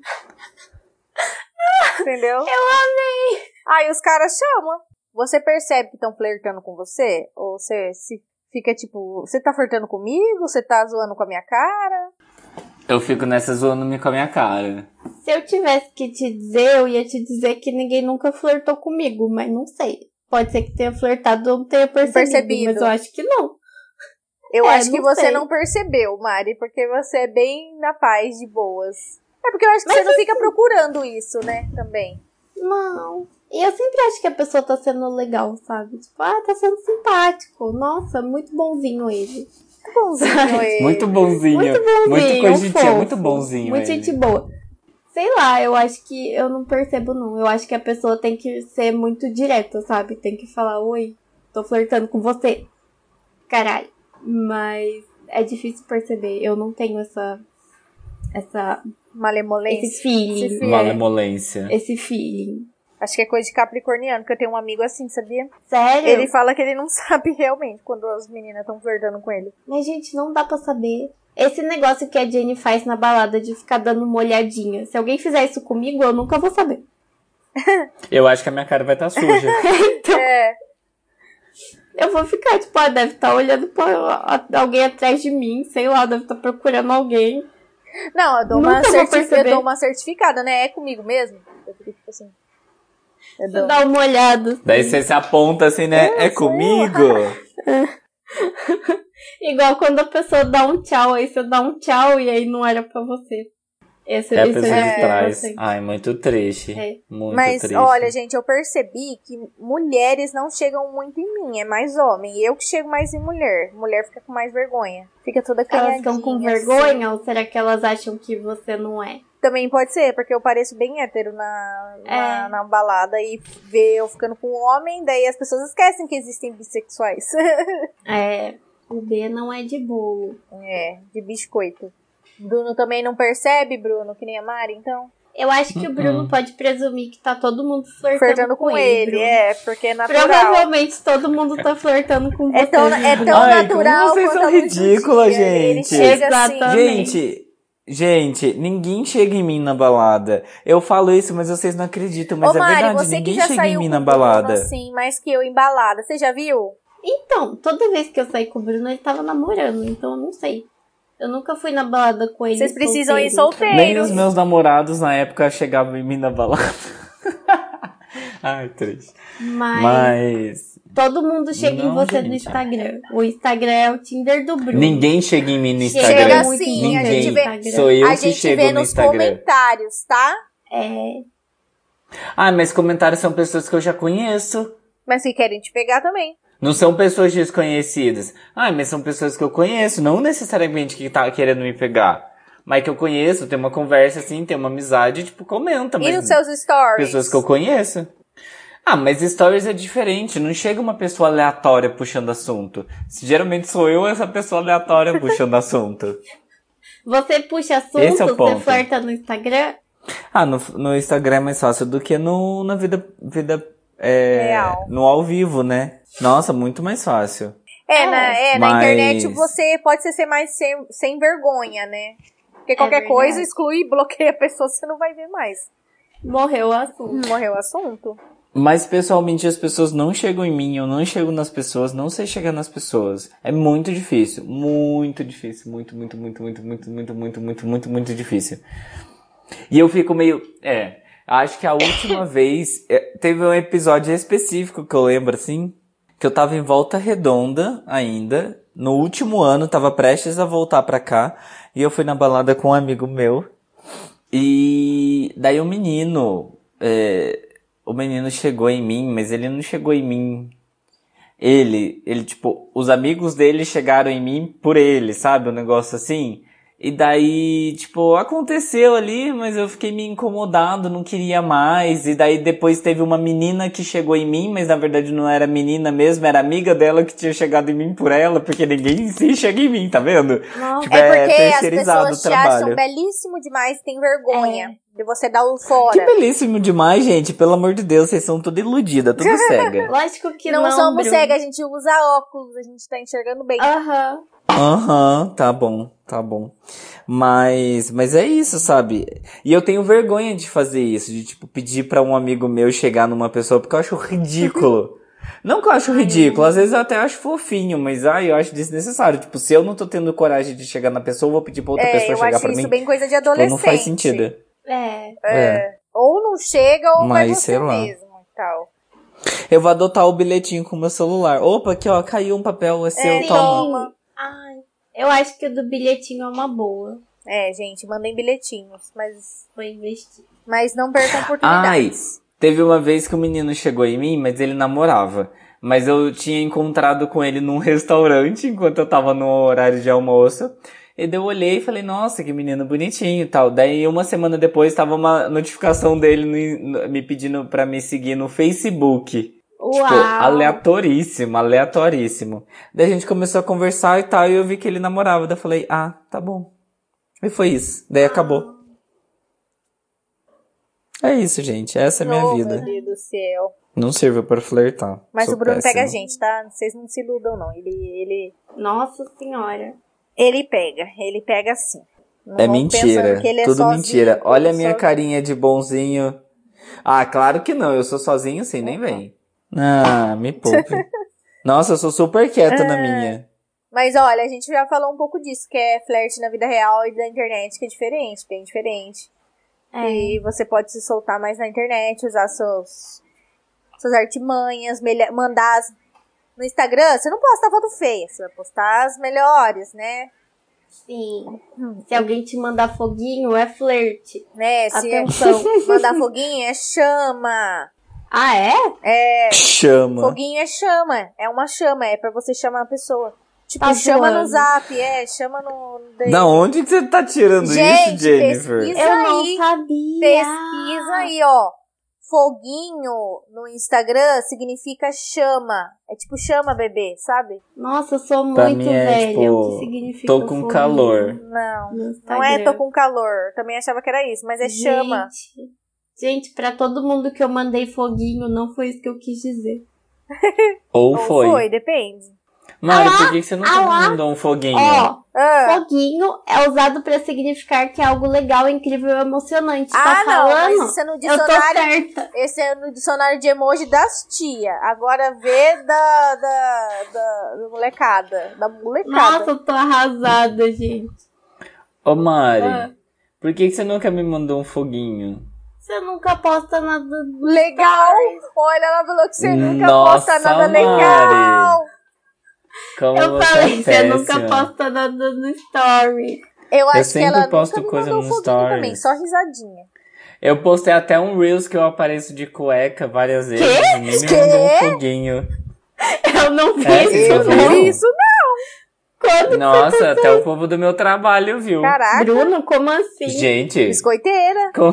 Entendeu? Eu amei! Aí os caras chamam. Você percebe que estão flertando com você? Ou você se fica tipo... Você tá flertando comigo? Você tá zoando com a minha cara? Eu fico nessa zoando com a minha cara. Se eu tivesse que te dizer, eu ia te dizer que ninguém nunca flertou comigo, mas não sei. Pode ser que tenha flertado ou não tenha percebido, Percebido. mas eu acho que não. Eu É, acho que não você sei. não percebeu, Mari, porque você é bem na paz, de boas. É porque eu acho que você não fica procurando isso, né, também. Não. E eu sempre acho que a pessoa tá sendo legal, sabe? Tipo, ah, tá sendo simpático. Nossa, muito bonzinho ele. Muito bonzinho ele. Muito bonzinho. Muito bonzinho, Muito cogitinho, fofo. muito bonzinho Muito ele. gente boa. Sei lá, eu acho que eu não percebo, não. Eu acho que a pessoa tem que ser muito direta, sabe? Tem que falar, oi, tô flertando com você. Caralho. Mas é difícil perceber. Eu não tenho essa... essa Malemolência. esse feeling. Esse feeling. Malemolência. Esse feeling. Acho que é coisa de capricorniano, porque eu tenho um amigo assim, sabia? Sério? Ele fala que ele não sabe realmente quando as meninas estão flertando com ele. Mas, gente, não dá pra saber. Esse negócio que a Jenny faz na balada de ficar dando uma olhadinha. Se alguém fizer isso comigo, eu nunca vou saber. Eu acho que a minha cara vai estar suja. É. eu vou ficar, tipo, ah, deve estar olhando pra alguém atrás de mim, sei lá, deve estar procurando alguém. Não, eu dou, uma Nunca vou certi- eu perceber. dou uma certificada, né? É comigo mesmo? Eu fico tipo assim. Eu Você dou. dá uma olhada. Assim. Daí você se aponta assim, né? Eu É sou comigo? Igual quando a pessoa dá um tchau, aí você dá um tchau e aí não era pra você. Esse, É a esse pessoa eu de já trás. sei. Ai, muito triste. É. Muito Mas, triste. olha, gente, eu percebi que mulheres não chegam muito em mim, é mais homem. Eu que chego mais em mulher. Mulher fica com mais vergonha. Fica toda Elas canhadinha. ficam com assim. vergonha ou será que elas acham que você não é? Também pode ser, porque eu pareço bem hétero na, na, É. na balada e vê eu ficando com um homem, daí as pessoas esquecem que existem bissexuais. É, o B não é de bolo. É, de biscoito. Bruno também não percebe, Bruno, que nem a Mari, então? Eu acho que o Bruno Uhum. pode presumir que tá todo mundo flertando, Flertando com ele, Bruno. é, porque é natural. Provavelmente todo mundo tá flertando com você. É tão, é Bruno. tão Ai, natural como vocês quanto são a luz do ridículas, dia. Ele gente. chega assim. Exatamente. Gente, gente, ninguém chega em mim na balada. Eu falo isso, mas vocês não acreditam. Mas Ô, é Mari, verdade, você que ninguém já chega em saiu mim com na o Bruno, balada. assim, mais que eu em balada. Você já viu? Então, toda vez que eu saí com o Bruno, ele tava namorando, então eu não sei. Eu nunca fui na balada com ele. Vocês precisam ir solteiro. solteiros. Nem os meus namorados na época chegavam em mim na balada. Ai, triste. Mas, Mas todo mundo chega Não, em você gente. no Instagram. O Instagram é o Tinder do Bruno. ninguém chega em mim no Chega Instagram. muito em ninguém. a gente vê- Sou eu a que gente chego vê no nos Instagram. comentários, tá? É. Ah, mas comentários são pessoas que eu já conheço. Mas que querem te pegar também. Não são pessoas desconhecidas. Ah, mas são pessoas que eu conheço, não necessariamente que tá querendo me pegar. Mas que eu conheço, tem uma conversa assim, tem uma amizade, tipo, comenta. E Mas nos seus stories? pessoas que eu conheço. Ah, mas stories é diferente, não chega uma pessoa aleatória puxando assunto. Geralmente sou eu essa pessoa aleatória puxando assunto. Você puxa assunto, Esse é o você ponto. flerta no Instagram? Ah, no, no Instagram é mais fácil do que no, na vida, vida é, Real. no ao vivo, né? Nossa, muito mais fácil. É, na, é, na Mas- internet você pode ser mais sem, sem vergonha, né? Porque qualquer verdade. coisa exclui e bloqueia a pessoa, você não vai ver mais. Morreu o assunto. Morreu o assunto. Mas pessoalmente as pessoas não chegam em mim, eu não chego nas pessoas, não sei chegar nas pessoas. É muito difícil, muito difícil, muito, muito, muito, muito, muito, muito, muito, muito, muito, muito difícil. E eu fico meio, é, acho que a última vez, é, teve um episódio específico que eu lembro assim, que eu tava em Volta Redonda ainda, no último ano, tava prestes a voltar pra cá, e eu fui na balada com um amigo meu, e daí o menino, é, o menino chegou em mim, mas ele não chegou em mim. Ele, ele, tipo, os amigos dele chegaram em mim por ele, sabe? Um negócio assim. E daí, tipo, aconteceu ali, mas eu fiquei meio incomodado, não queria mais. E daí depois teve uma menina que chegou em mim, mas na verdade não era menina mesmo, era amiga dela que tinha chegado em mim por ela, porque ninguém em si chega em mim, tá vendo? Nossa. Tipo, É porque as terceirizado pessoas o te acham trabalho. belíssimo demais, tem vergonha É. de você dar o fora. Que belíssimo demais, gente. Pelo amor de Deus, vocês são tudo iludida, tudo cega. Lógico que não, não, somos Bruno. cegas, a gente usa óculos, a gente tá enxergando bem. Aham. Aham, tá bom, tá bom. Mas, mas é isso, sabe? E eu tenho vergonha de fazer isso, de tipo, pedir pra um amigo meu chegar numa pessoa, porque eu acho ridículo. Não que eu acho ridículo, às vezes eu até acho fofinho, mas ai, eu acho desnecessário. Tipo, se eu não tô tendo coragem de chegar na pessoa, eu vou pedir pra outra É, pessoa eu chegar acho pra isso mim. bem coisa de Tipo, adolescente. não faz sentido. É. É. Ou não chega ou vai Mas, você sei lá. mesmo e tal. Eu vou adotar o bilhetinho com o meu celular. Opa, aqui ó, caiu um papel, é seu, É, toma. toma. Ai, eu acho que o do bilhetinho é uma boa. É, gente, mandem bilhetinhos, mas, Foi investir. mas não percam Ai, oportunidades. teve uma vez que o menino chegou em mim, mas ele namorava. Mas eu tinha encontrado com ele num restaurante enquanto eu tava no horário de almoço. E daí eu olhei e falei, nossa, que menino bonitinho e tal. Daí uma semana depois tava uma notificação dele no- no- me pedindo pra me seguir no Facebook. Uau. Tipo, aleatoríssimo, aleatoríssimo. Daí a gente começou a conversar e tal, e eu vi que ele namorava. Daí eu falei, ah, tá bom. E foi isso. Daí acabou. É isso, gente. Essa é a minha Oh, vida. meu Deus do céu. Não serve pra flertar. Mas Sou o Bruno péssimo. pega a gente, tá? Vocês não se iludam, não. Ele, ele, Nossa senhora. ele pega. Ele pega sim. Não É vão mentira. pensando que ele é Tudo sozinho, mentira. tudo Olha a minha sozinho. carinha de bonzinho. Ah, claro que não. Eu sou sozinho assim, nem vem. Ah, me poupe. Nossa, eu sou super quieta na minha. Mas olha, a gente já falou um pouco disso, que é flerte na vida real e da internet, que é diferente, bem diferente. É. E você pode se soltar mais na internet, usar seus, suas artimanhas, melhor, mandar as, no Instagram, você não posta foto feia, você vai postar as melhores, né? Sim. Se alguém te mandar foguinho, é flerte. né? Se Atenção. mandar foguinho é chama. Ah, é? É, Chama. foguinho é chama, é uma chama, é pra você chamar a pessoa. Tipo, Tá chama zoando. no zap, é, chama no... Da onde que você tá tirando Gente, isso, Jennifer? pesquisa. Eu não aí, sabia. Pesquisa aí, ó. Foguinho no Instagram significa chama. É tipo chama bebê, sabe? Nossa, eu sou Pra muito mim é, velha. tipo, O que significa tô com foguinho calor. Não. no Não é Instagram? tô com calor. Também achava que era isso, mas é chama. Gente, gente, pra todo mundo que eu mandei foguinho, não foi isso que eu quis dizer. Ou Ou foi. foi, depende. Mari, Ah lá, por que que você nunca ah me lá. mandou um foguinho? Ó, Ah, foguinho é usado pra significar que é algo legal, incrível e emocionante. ah tá não, falando? mas isso é no Eu tô dicionário. certa. Esse é no dicionário de emoji das tia. Agora vê da, da, da, da molecada. Da molecada. Nossa, eu tô arrasada, gente. Ô, Mari, Ah. por que que você nunca me mandou um foguinho? Você nunca posta nada do Legal! Olha, ela falou que você nunca Nossa, posta nada Mari. legal. Como Eu você falei, é você nunca péssima. posta nada no story. Eu acho que sempre ela posto nunca me coisa mandou um no foguinho stories. também, só risadinha. Eu postei até um Reels que eu apareço de cueca várias vezes. Quê? E nem me Quê? mandou um foguinho. Eu não vi É, isso, você Eu viu? não não. vi isso, Quando? Nossa, até o povo do meu trabalho viu. caraca. Bruno, como assim? Gente, Biscoiteira. com-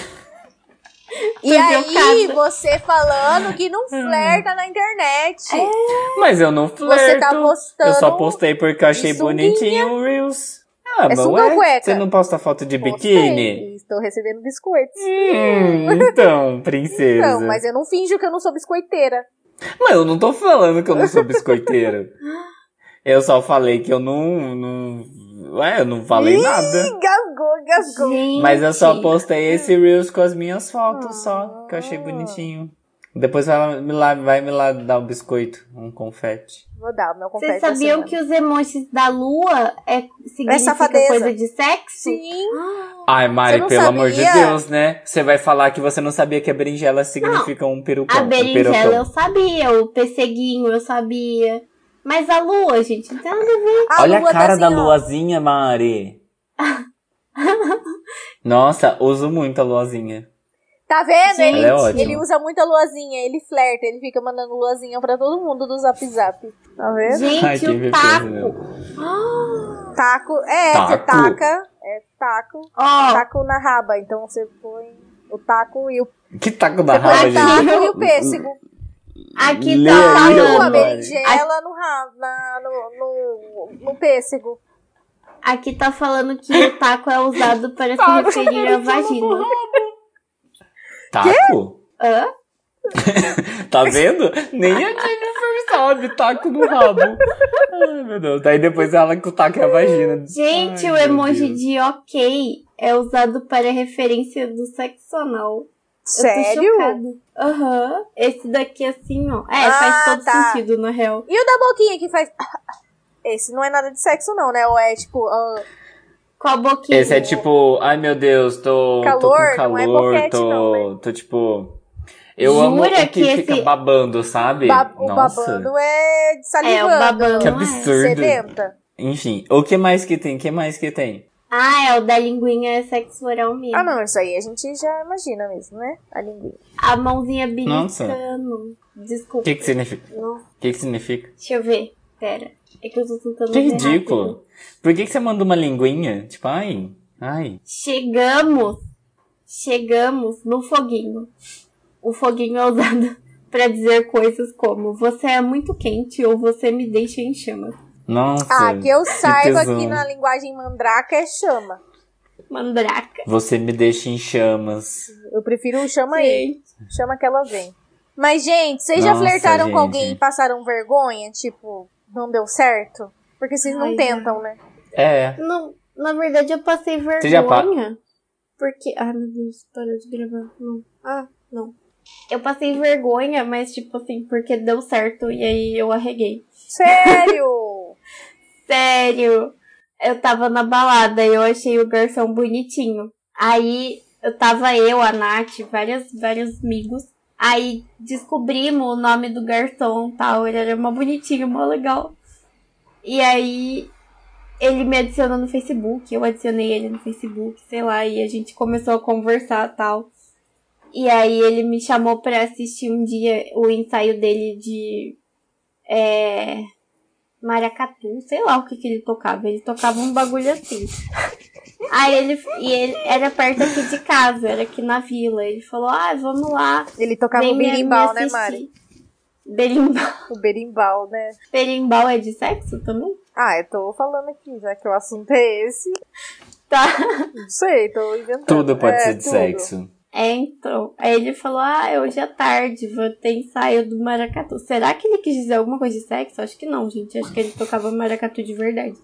E viu aí, cada- você falando que não flerta na internet. mas eu não flerto. Você tá postando Eu só postei porque eu achei de sunguinha. bonitinho o Reels. Ah, É mas sunga ou ué, cueca? você não posta foto de Postei, biquíni? e estou recebendo biscoitos. Hum, então, princesa. Não, mas eu não finjo que eu não sou biscoiteira. Mas eu não tô falando que eu não sou biscoiteiro. Eu só falei que eu não... não... Ué, eu não falei nada. Ih, gasgou, gasgou. Gente. Mas eu só postei esse Reels com as minhas fotos só, que eu achei bonitinho. Depois vai me lá, vai me lá dar um biscoito, um confete. Vou dar o meu confete Vocês da sabiam semana. que os emojis da lua é, significa safadeza. coisa de sexo? Sim. Ai, Você Mari, não pelo amor de sabia? Deus, né? Você vai falar que você não sabia que a berinjela significa um perucão. A um berinjela eu perocão. sabia, o pesseguinho eu sabia. Mas a lua, gente, não tem nada a ver. A Olha lua a cara da assim, ó. luazinha, Mari. Nossa, uso muito a luazinha. Tá vendo? Gente. Ele, Ela é ótima. ele usa muita luazinha, ele flerta, ele fica mandando luazinha pra todo mundo do Zap Zap. Tá vendo? Gente, Ai, quem o me taco. fez, meu. Taco, é, Taco? você taca, é taco, Ó, taco na raba. Então você põe o taco e o, Que taco da você põe raba, o taco gente. e o pêssego. aqui Lê tá aí, Taco, a Mari. falando. berinjela no rabo, na, no, no, no pêssego. Aqui tá falando que o taco é usado para se referir à vagina. Taco? Hã? Tá vendo? Nem a Jennifer sabe, taco no rabo. Ai, meu Deus. Daí depois ela com o taco é a vagina. Gente, Ai, o meu emoji Deus. de ok é usado para referência do sexo anal. Eu tô Sério? chocada. Aham. Esse daqui assim, ó. É, Ah, faz todo tá. sentido, na real. E o da boquinha que faz... Esse não é nada de sexo não, né? Ou é tipo... ah, Com a boquinha. Esse é tipo, ai meu Deus, tô, tô Calor, com calor, não é boquete, tô, não, tô tipo... Eu Jura amo o que, que fica esse- babando, sabe? ba- o Nossa, babando é de É, o salivando. babando. que não é. absurdo. Sedenta. Enfim, o que mais que tem? O que mais que tem? Ah, é o da linguinha é sexo oral mesmo. Ah, não, isso aí a gente já imagina mesmo, né? A linguinha. A mãozinha Nossa. beliscando. O Desculpa. que que significa? Não, O que que significa? deixa eu ver. Pera. É que eu tô tentando Que ver ridículo. rápido. Por que que você manda uma linguinha? Tipo, ai, ai. Chegamos. Chegamos no foguinho. O foguinho é usado pra dizer coisas como você é muito quente ou você me deixa em chamas. Nossa, Ah, que eu saiba tesão. que na linguagem mandraka é chama. Mandraca. Você me deixa em chamas. Eu prefiro o chama aí. Chama que ela vem. Mas, gente, vocês já Nossa, flertaram gente. com alguém e passaram vergonha? Tipo, não deu certo? Porque vocês não Ai, tentam, né? É. Não, na verdade eu passei já pa- vergonha. Porque. Ai meu Deus, para de gravar. Não. Ah, não. Eu passei vergonha, mas tipo assim, porque deu certo e aí eu arreguei. Sério? Sério. Eu tava na balada e eu achei o garçom bonitinho. Aí eu tava eu, a Nath, várias, vários amigos. Aí descobrimos o nome do garçom e tal. Ele era mó bonitinho, mó legal. E aí ele me adicionou no Facebook. Eu adicionei ele no Facebook, sei lá. E a gente começou a conversar e tal. E aí ele me chamou pra assistir um dia o ensaio dele de é, maracatu, sei lá o que que ele tocava. Ele tocava um bagulho assim. Aí ele, e ele era perto aqui de casa, era aqui na vila. Ele falou, ah, vamos lá. Ele tocava vem o me- berimbau, me né, assistir." Mari? Berimbau. O berimbau, né? Berimbau é de sexo também? Ah, eu tô falando aqui, já que o assunto é esse. Tá. Não sei, tô inventando. Tudo pode É, ser de tudo. sexo. É, então. Aí ele falou, ah, hoje é tarde, vou ter ensaio do maracatu. Será que ele quis dizer alguma coisa de sexo? Acho que não, gente. Acho que ele tocava maracatu de verdade.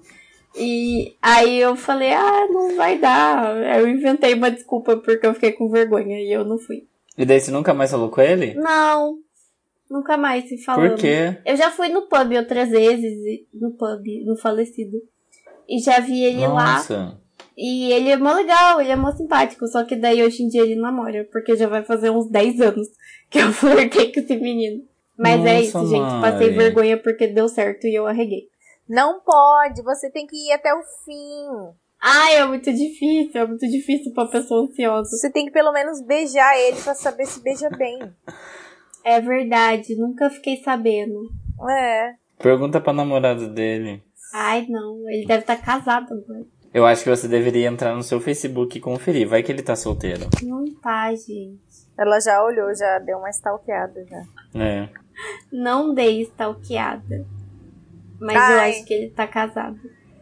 E aí eu falei, ah, não vai dar. Eu inventei uma desculpa porque eu fiquei com vergonha e eu não fui. E daí você nunca mais falou com ele? Não, nunca mais se falando. Por quê? Eu já fui no pub outras vezes, e- no pub, no falecido. E já vi ele lá. Nossa. E ele é mó legal, ele é mó simpático. Só que daí hoje em dia ele namora, porque já vai fazer uns dez anos que eu flertei com esse menino. Mas é Nossa, isso, gente. Mari. Passei vergonha porque deu certo e eu arreguei. Não pode, você tem que ir até o fim. Ai, é muito difícil, é muito difícil pra pessoa ansiosa. Você tem que pelo menos beijar ele pra saber se beija bem. É verdade, nunca fiquei sabendo. É. Pergunta pra namorada dele. Ai, não, ele deve estar casado agora. Eu acho que você deveria entrar no seu Facebook e conferir. Vai que ele tá solteiro. Não tá, gente. Ela já olhou, já deu uma stalkeada já. É. Não dei stalkeada. Mas Ai. eu acho que ele tá casado.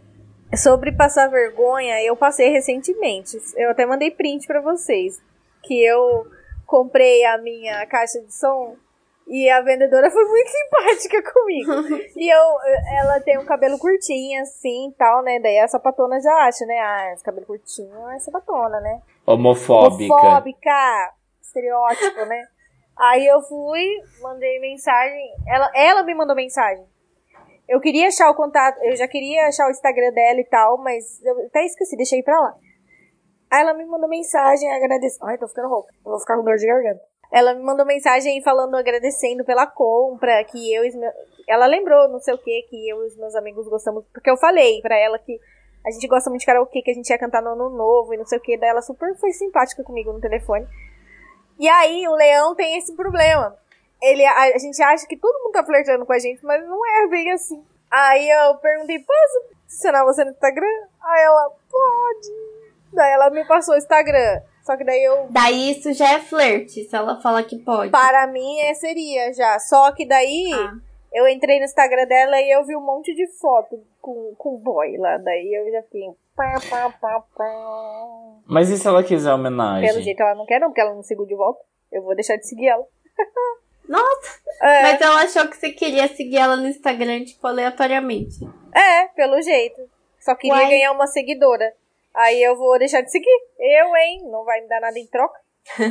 Sobre passar vergonha, eu passei recentemente. Eu até mandei print pra vocês. Que eu comprei a minha caixa de som e a vendedora foi muito simpática comigo. E eu, ela tem um cabelo curtinho, assim, tal, né? Daí a sapatona já acha, né? Ah, esse cabelo curtinho é sapatona, né? Homofóbica. Homofóbica. Estereótipo, né? Aí eu fui, mandei mensagem. Ela, ela me mandou mensagem. Eu queria achar o contato, eu já queria achar o Instagram dela e tal, mas eu até esqueci, deixei pra lá. Aí ela me mandou mensagem agradecendo. Ai, tô ficando rouca, eu vou ficar com dor de garganta. Ela me mandou mensagem falando, agradecendo pela compra, que eu e os meus... Ela lembrou, não sei o que, que eu e os meus amigos gostamos, porque eu falei pra ela que a gente gosta muito de karaokê, que a gente ia cantar no ano novo e não sei o que, daí ela super foi simpática comigo no telefone. E aí, o Leão tem esse problema. Ele, a, a gente acha que todo mundo tá flertando com a gente, mas não é bem assim. Aí eu perguntei, posso adicionar você no Instagram? Aí ela, pode. Daí ela me passou o Instagram. Só que daí eu... Daí isso já é flerte, se ela falar que pode. Para mim, é, seria já. Só que daí, Ah. eu entrei no Instagram dela e eu vi um monte de foto com, com o boy lá. Daí eu já fiquei... Pá, pá, pá, pá. Mas e se ela quiser homenagem? Pelo jeito ela não quer não, porque ela não seguiu de volta. Eu vou deixar de seguir ela. Nossa, É, mas ela achou que você queria seguir ela no Instagram, tipo, aleatoriamente. é, pelo jeito. Só queria Uai. ganhar uma seguidora. Aí eu vou deixar de seguir. Eu, hein? Não vai me dar nada em troca.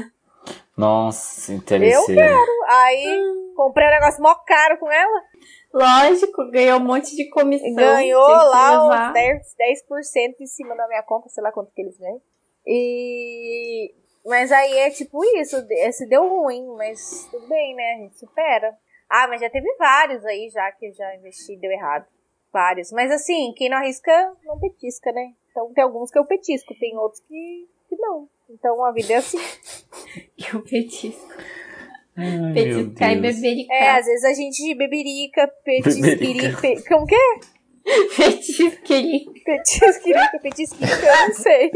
Nossa, Eu interesseiro. quero. Aí comprei um negócio mó caro com ela. Lógico, ganhou um monte de comissão. Ganhou tem que lá levar. uns dez, dez por cento em cima da minha conta, sei lá quanto que eles ganham. E... Mas aí é tipo isso, esse deu ruim, mas tudo bem, né? A gente supera. Ah, mas já teve vários aí já que eu já investi e deu errado. Vários. Mas assim, quem não arrisca, não petisca, né? Então tem alguns que eu petisco, tem outros que, que não. Então a vida é assim. Que o petisco. Ai, meu Petiscar e Deus. bebericar. É, às vezes a gente beberica, petisquirica... Pe... Como que é? Petisquerica. Petisquirica, petisquirica, eu não sei.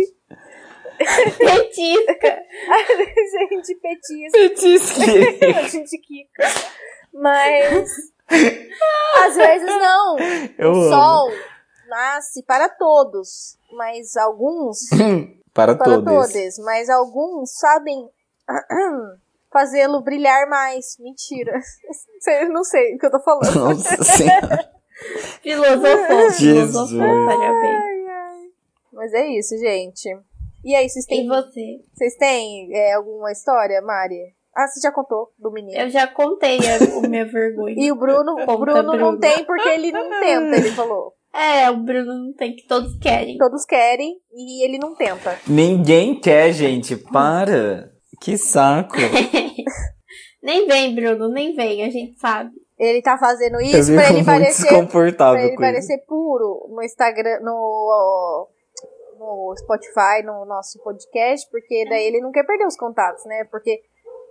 Petisca. Às vezes a gente petisca. Petisquirica. A gente quica. Mas às vezes não. Eu o amo. sol nasce para todos, mas alguns Para, para todos. todos, mas alguns sabem fazê-lo brilhar mais. Mentira. Eu não sei o que eu tô falando. Nossa senhora. Filosofou, Jesus. filosofou, parabéns. Ai, ai. Mas é isso, gente. E aí, vocês E têm, você? vocês têm é, alguma história, Mari? Ah, você já contou do menino. Eu já contei a, a minha vergonha. E o Bruno, o Conta, Bruno, Bruno não tem porque ele não tenta, ele falou. É, o Bruno não tem, que todos querem. Todos querem e ele não tenta. Ninguém quer, gente. Para. Que saco. Nem vem, Bruno, nem vem, a gente sabe. Ele tá fazendo Eu isso fico pra ele muito parecer, desconfortável pra ele com isso. parecer puro no Instagram, no, no Spotify, no nosso podcast, porque daí ele não quer perder os contatos, né? Porque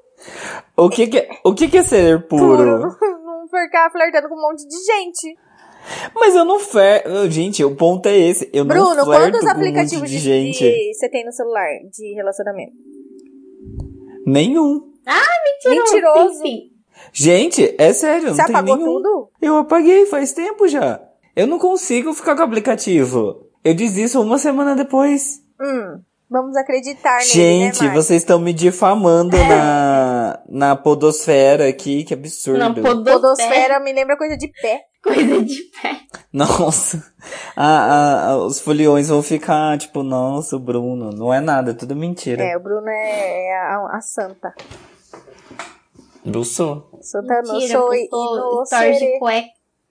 O que que, o que que é ser puro? não ficar flertando com um monte de gente. Mas eu não flerto. Gente, o ponto é esse. Eu Bruno, não flerto quantos com um monte aplicativos de de, gente. de você tem no celular de relacionamento? Nenhum. Mentiroso. Mentiroso. Enfim. Gente, é sério, não Você tem apagou nenhum. tudo? Eu apaguei faz tempo já. Eu não consigo ficar com o aplicativo. Eu desisto uma semana depois. Hum, vamos acreditar nele, Gente, né, Mari? vocês estão me difamando na, na podosfera aqui, que absurdo. Não, podosfera. Podosfera me lembra coisa de pé. Coisa de pé. Nossa, Ah, ah, ah, os foliões vão ficar tipo, nossa, o Bruno, não é nada, é tudo mentira. É, o Bruno é, é a, a santa. Eu sou. Santa no Mentira, sou e postou no stories de seré. cueca.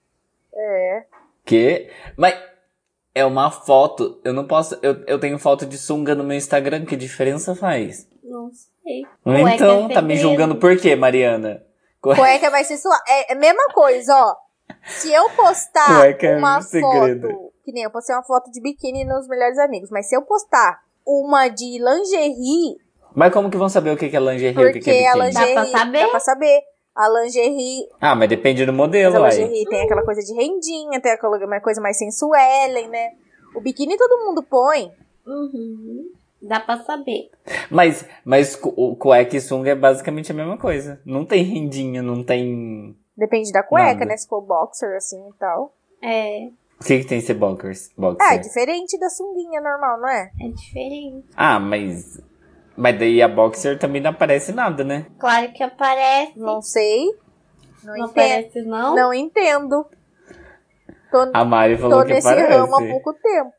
É. Que? Mas é uma foto, eu não posso, eu, eu tenho foto de sunga no meu Instagram, que diferença faz? Não sei. Então, Cueca é tá me segredo. julgando por quê, Mariana? Cue- Cueca vai ser sua. É a mesma coisa, ó. Se eu postar Cueca é uma um segredo. foto, que nem eu postei uma foto de biquíni nos melhores amigos, mas se eu postar uma de lingerie, Mas como que vão saber o que que é lingerie e o que porque que é a biquíni? lingerie. Dá pra saber? Dá pra saber. A lingerie. Ah, mas depende do Mas modelo, a aí. lingerie tem aquela coisa de rendinha, tem aquela uma coisa mais sensuelen, né? O biquíni todo mundo põe. Uhum. Dá pra saber. Mas, mas cu- o cueca e sunga é basicamente a mesma coisa. Não tem rendinha, não tem... Depende da cueca, Nada. né? Se for boxer, assim e tal. É, O que que tem ser boxers? Ah, é Boxer? diferente da sunguinha normal, não é? é diferente. Ah, mas... Mas daí a boxer também não aparece nada, né? Claro que aparece. Não sei. Não, Não entendo. aparece, não? Não entendo. Tô, A Mari falou tô que nesse aparece. ramo há pouco tempo.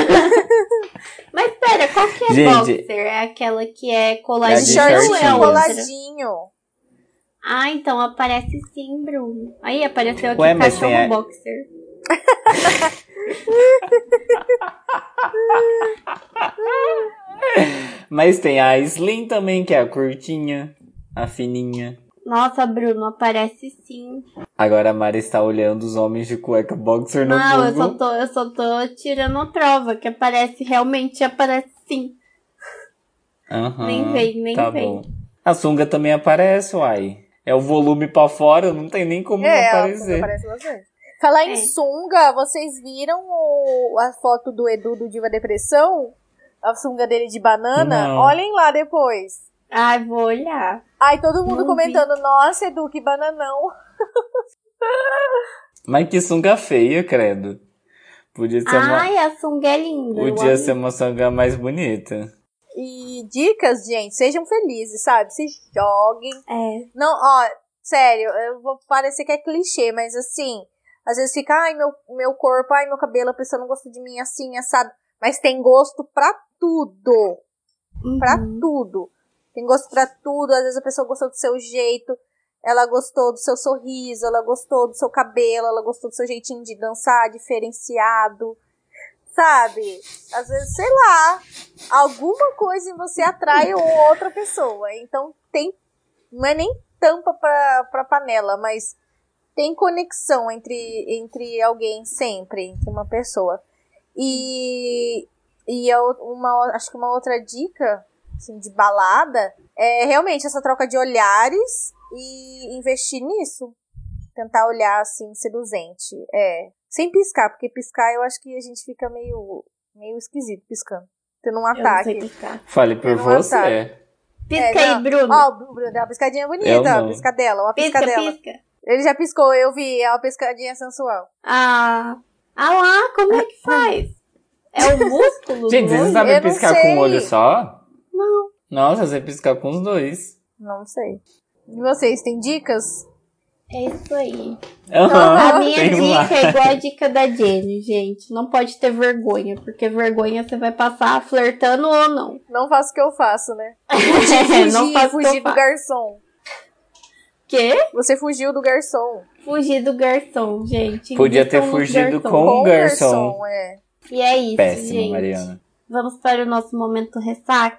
Mas pera, qual que é Gente. boxer? É aquela que é É coladinha de Shortinho ou é a shortinho. outra? coladinho. Ah, então aparece sim, Bruno. Aí apareceu aqui Ué, mas cachorro tem a- boxer. Mas tem a slim também, que é a curtinha, a fininha. Nossa, Bruno, aparece sim. Agora a Mari está olhando os homens de cueca boxer no Não, eu Google. só, tô, eu só tô tirando a prova, que aparece, realmente aparece sim. Aham, Nem vem, nem tá vem. bom. A sunga também aparece, uai. É o volume pra fora, não tem nem como não É, a aparecer. sunga aparece bastante. Falar em É. sunga, vocês viram o- a foto do Edu do Diva Depressão? A sunga dele de banana? Não. Olhem lá depois. Ai, vou olhar. Ai, todo mundo Não comentando, nossa, Edu, que bananão. Mas que sunga feia, credo. Podia ser uma, Ai, a sunga é linda. eu podia amo. ser uma sunga mais bonita. E dicas, gente, sejam felizes, sabe? Se joguem. É. Não, ó, sério, eu vou parecer que é clichê, mas assim, às vezes fica, ai, meu, meu corpo, ai, meu cabelo, a pessoa não gosta de mim assim, assado. Mas tem gosto pra tudo. Pra Uhum. tudo. Tem gosto pra tudo. Às vezes a pessoa gostou do seu jeito, ela gostou do seu sorriso, ela gostou do seu cabelo, ela gostou do seu jeitinho de dançar, diferenciado. Sabe? Às vezes, sei lá, alguma coisa em você atrai outra pessoa. Então tem, não é nem tampa pra, pra panela, mas tem conexão entre, entre alguém sempre, entre uma pessoa. E, e eu, uma, acho que uma outra dica, assim, de balada, é realmente essa troca de olhares e investir nisso. Tentar olhar, assim, seduzente. É. Sem piscar, porque piscar eu acho que a gente fica meio, meio esquisito piscando. Tendo um Eu não sei ataque. piscar. Fale por Eu não você. ataque. Pisca É, aí, não. Bruno. Ó, o Bruno deu uma piscadinha bonita, Eu ó, não. a piscadela, uma pisca, piscadela. pisca. Ele já piscou, eu vi, é uma piscadinha sensual. Ah, ah lá, como é que faz? É o músculo Gente, do vocês olho? sabem Eu não piscar sei. com um olho só? Não. Nossa, você piscar com os dois. Não sei. E vocês, têm dicas? É isso aí. Aham, A minha tem um lá. dica é igual a dica da Jenny, gente. Não pode ter vergonha, porque vergonha você vai passar flertando ou não. Não faço o que eu faço, né? Fugir, Fugir, não faço o que eu fugir do faço. garçom. Quê? Você fugiu do garçom. Fugir do garçom, gente. Podia ter Invistam nos fugido garçons. com- Com o garçom. garçom, é. E é isso, Péssimo, gente. Mariana. Vamos para o nosso momento ressaca.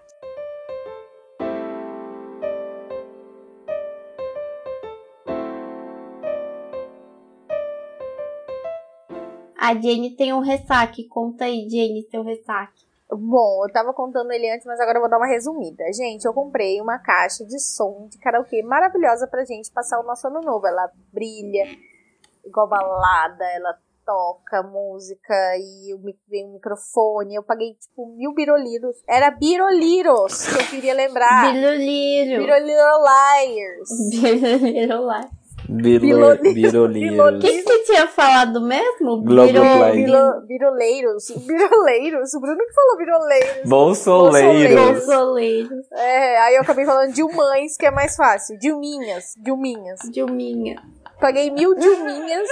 A Jenny tem um ressaque. Conta aí, Jenny, seu ressaque. Bom, eu tava contando ele antes, mas agora eu vou dar uma resumida. Gente, eu comprei uma caixa de som de karaokê maravilhosa pra gente passar o nosso ano novo. Ela brilha igual balada, ela toca música e eu me- vem um microfone. Eu paguei, tipo, mil biroliros. Era biroliros que eu queria lembrar. Biluliro. Biroliroliers. Biluliro lá. Bilo- Bilo- Birolírios. O que, que você tinha falado mesmo? Globoplay. Biro, biroleiros. Biroleiros. O Bruno que falou biroleiros. Bolsoleiros. Bolsoleiros. É, aí eu acabei falando Dilmães, que é mais fácil. Dilminhas. Dilminhas. Dilminha. Paguei mil Dilminhas.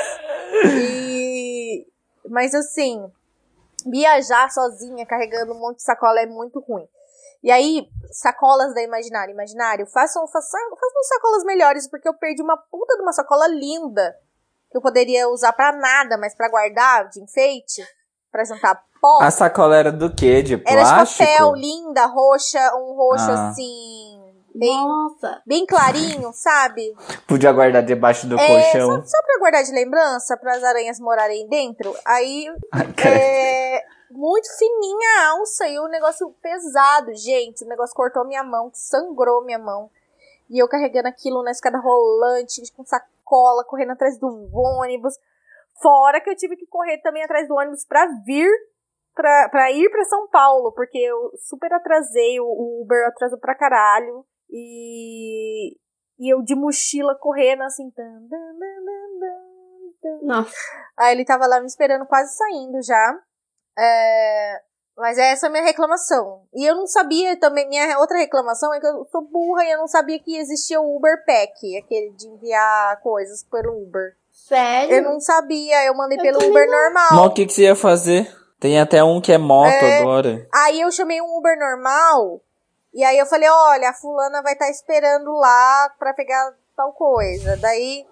E... Mas assim, viajar sozinha, carregando um monte de sacola é muito ruim. E aí, sacolas da Imaginário. Imaginário, façam, façam, façam sacolas melhores, porque eu perdi uma puta de uma sacola linda, que eu poderia usar pra nada, mas pra guardar de enfeite, pra juntar pó. A sacola era do quê? De Era de plástico? papel, linda, roxa, um roxo Ah. assim, bem, Nossa. bem clarinho, sabe? Podia guardar debaixo do É, colchão. só, só pra guardar de lembrança, para as aranhas morarem dentro. Aí, Credo. é, muito fininha a alça e o negócio pesado, gente. O negócio cortou minha mão, sangrou minha mão. E eu carregando aquilo na escada rolante, com sacola, correndo atrás do ônibus. Fora que eu tive que correr também atrás do ônibus pra vir, pra, pra ir pra São Paulo, porque eu super atrasei, o, o Uber atrasou pra caralho. E, e eu de mochila correndo assim. Tan, tan, tan, tan, tan, tan. Nossa. Aí ele tava lá me esperando, quase saindo já. É, mas essa é a minha reclamação. E eu não sabia também, minha outra reclamação é que eu sou burra e eu não sabia que existia o Uber Pack, aquele de enviar coisas pelo Uber. Sério? Eu não sabia, eu mandei Eu pelo também Uber não. normal. Mas o que, que você ia fazer? Tem até um que é moto É. agora. Aí eu chamei um Uber normal, e aí eu falei, olha, a fulana vai estar esperando lá pra pegar tal coisa. Daí,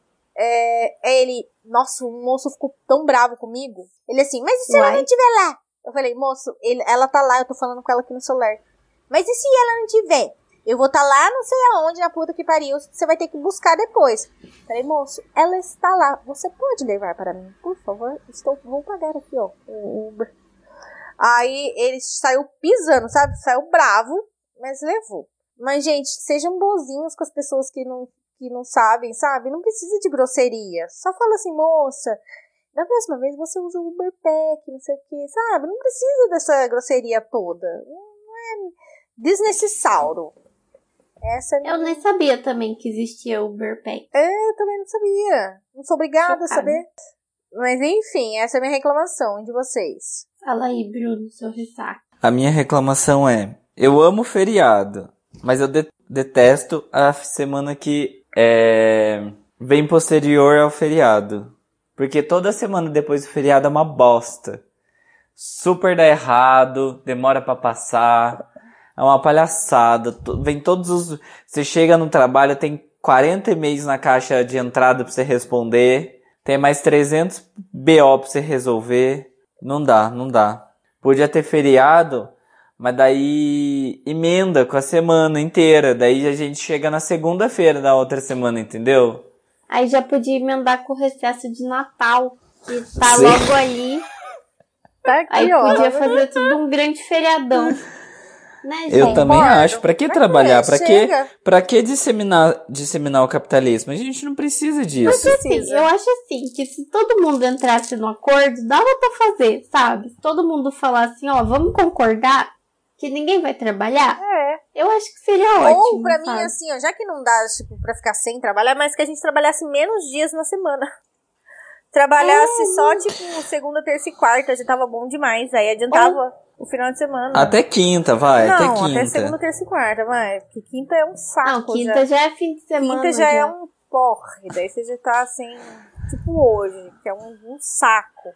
é, é ele, nossa, o moço ficou tão bravo comigo. Ele assim, mas e se ela Uai. não estiver lá? Eu falei, moço, ele, ela tá lá, eu tô falando com ela aqui no celular. Mas e se ela não tiver? Eu vou estar tá lá, não sei aonde, na puta que pariu, você vai ter que buscar depois. Falei, moço, ela está lá, você pode levar para mim, por favor? Estou, vou pagar aqui, ó, o Uber. Aí ele saiu pisando, sabe? Saiu bravo, mas levou. Mas, gente, sejam bonzinhos com as pessoas que não, que não sabem, sabe? Não precisa de grosseria. Só fala assim, moça, da próxima vez você usa o Uber Pack, não sei o que, sabe? Não precisa dessa grosseria toda. Não é desnecessário. Essa é a minha... Eu nem sabia também que existia Uber Pack. É, eu também não sabia. Não sou obrigada a Chocada. saber. Mas, enfim, essa é a minha reclamação de vocês. Fala aí, Bruno, seu ressaca. A minha reclamação é: eu amo feriado, mas eu de- detesto a semana que é, vem posterior ao feriado. Porque toda semana depois do feriado é uma bosta. Super dá errado, demora pra passar, é uma palhaçada. to- Vem todos os... Você chega no trabalho, tem quarenta e-mails na caixa de entrada pra você responder, tem mais trezentos B O pra você resolver. Não dá, não dá. Podia ter feriado, mas daí emenda com a semana inteira. Daí a gente chega na segunda-feira da outra semana, entendeu? Aí já podia emendar com o recesso de Natal, que tá Sim. logo ali. Tá aqui, Aí ó. podia fazer tudo um grande feriadão. Né, gente? Eu também Concordo. acho. Pra que Mas trabalhar? é, Pra que, chega. pra que disseminar, disseminar o capitalismo? A gente não precisa disso. Assim, Precisa. eu acho assim, que se todo mundo entrasse no acordo, dava pra fazer, sabe? Se todo mundo falar assim, ó, vamos concordar que ninguém vai trabalhar, É. eu acho que seria ótimo. Ou pra mim, sabe? assim, ó, já que não dá, tipo, pra ficar sem trabalhar, mas que a gente trabalhasse menos dias na semana. Trabalhasse É, só, tipo, segunda, terça e quarta, já tava bom demais. Aí adiantava o final de semana. Até quinta, vai. não, até até quinta. segunda, terça e quarta, vai. Porque quinta é um saco. Não, quinta já, já. é fim de semana. Quinta já, é um porre. Daí você já tá assim, tipo hoje, que é um, um saco.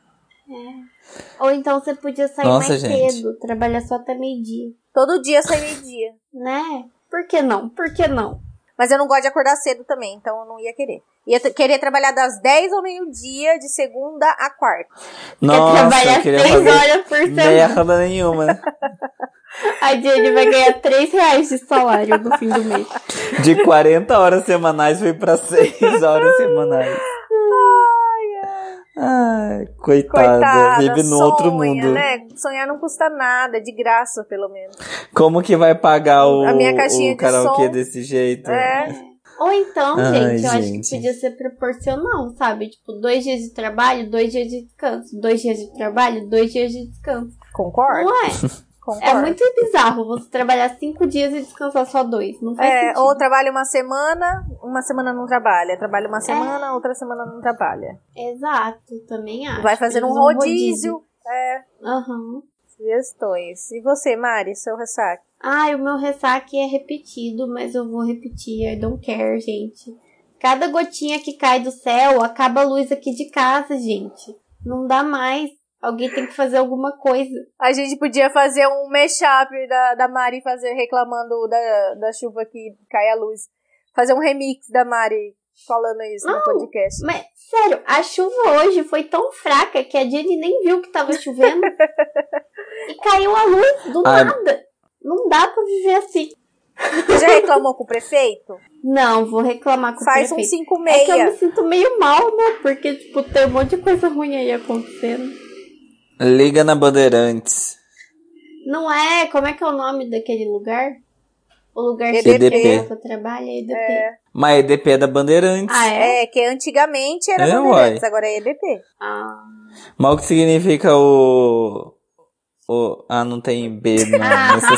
Ou então você podia sair Nossa, mais gente. cedo, trabalhar só até meio-dia. Todo dia sai meio-dia. Né? Por que não? Por que não? Mas eu não gosto de acordar cedo também, então eu não ia querer. Ia t- querer trabalhar das dez ao meio-dia, de segunda a quarta. Nossa, trabalhar eu queria seis fazer horas por semana. merda nenhuma, né? A Jenny vai ganhar três reais de salário no fim do mês. De quarenta horas semanais foi pra seis horas semanais. Ai, coitada, Coitada, vive no sonha, outro mundo. né? Sonhar não custa nada, de graça, pelo menos. Como que vai pagar o, A minha caixinha o de karaokê som. desse jeito? É. Ou então, Ai, gente, eu acho que gente. podia ser proporcional, sabe? Tipo, dois dias de trabalho, dois dias de descanso. Dois dias de trabalho, dois dias de descanso. Concordo? Não é? Concordo. É muito bizarro você trabalhar cinco dias e descansar só dois. Não faz É, sentido. ou trabalha uma semana, uma semana não trabalha. Trabalha uma semana, outra semana não trabalha. Exato, também acho. Vai fazer um Eles vão rodízio. É, Aham. sugestões. E você, Mari, seu ressaca? Ai, o meu ressaque é repetido, mas eu vou repetir. I don't care, gente. Cada gotinha que cai do céu acaba a luz aqui de casa, gente. Não dá mais. Alguém tem que fazer alguma coisa. A gente podia fazer um mashup da, da Mari fazer, reclamando da, da chuva que cai a luz. Fazer um remix da Mari falando isso no podcast. Mas, sério, a chuva hoje foi tão fraca que a Jenny nem viu que tava chovendo. E caiu a luz do Ai. nada. Não dá pra viver assim. Você já reclamou com o prefeito? Não, vou reclamar com Faz o um prefeito. cinco É que eu meia. me sinto meio mal, né? Porque, tipo, tem um monte de coisa ruim aí acontecendo. Liga na Bandeirantes. Não é? Como é que é o nome daquele lugar? O lugar E D P. que você trabalha é E D P. É, Mas E D P é da Bandeirantes. Ah, é? é, que antigamente era É, Bandeirantes, uai. agora é E D P. Ah. Mas o que significa o... o... Ah, não tem B não, nessa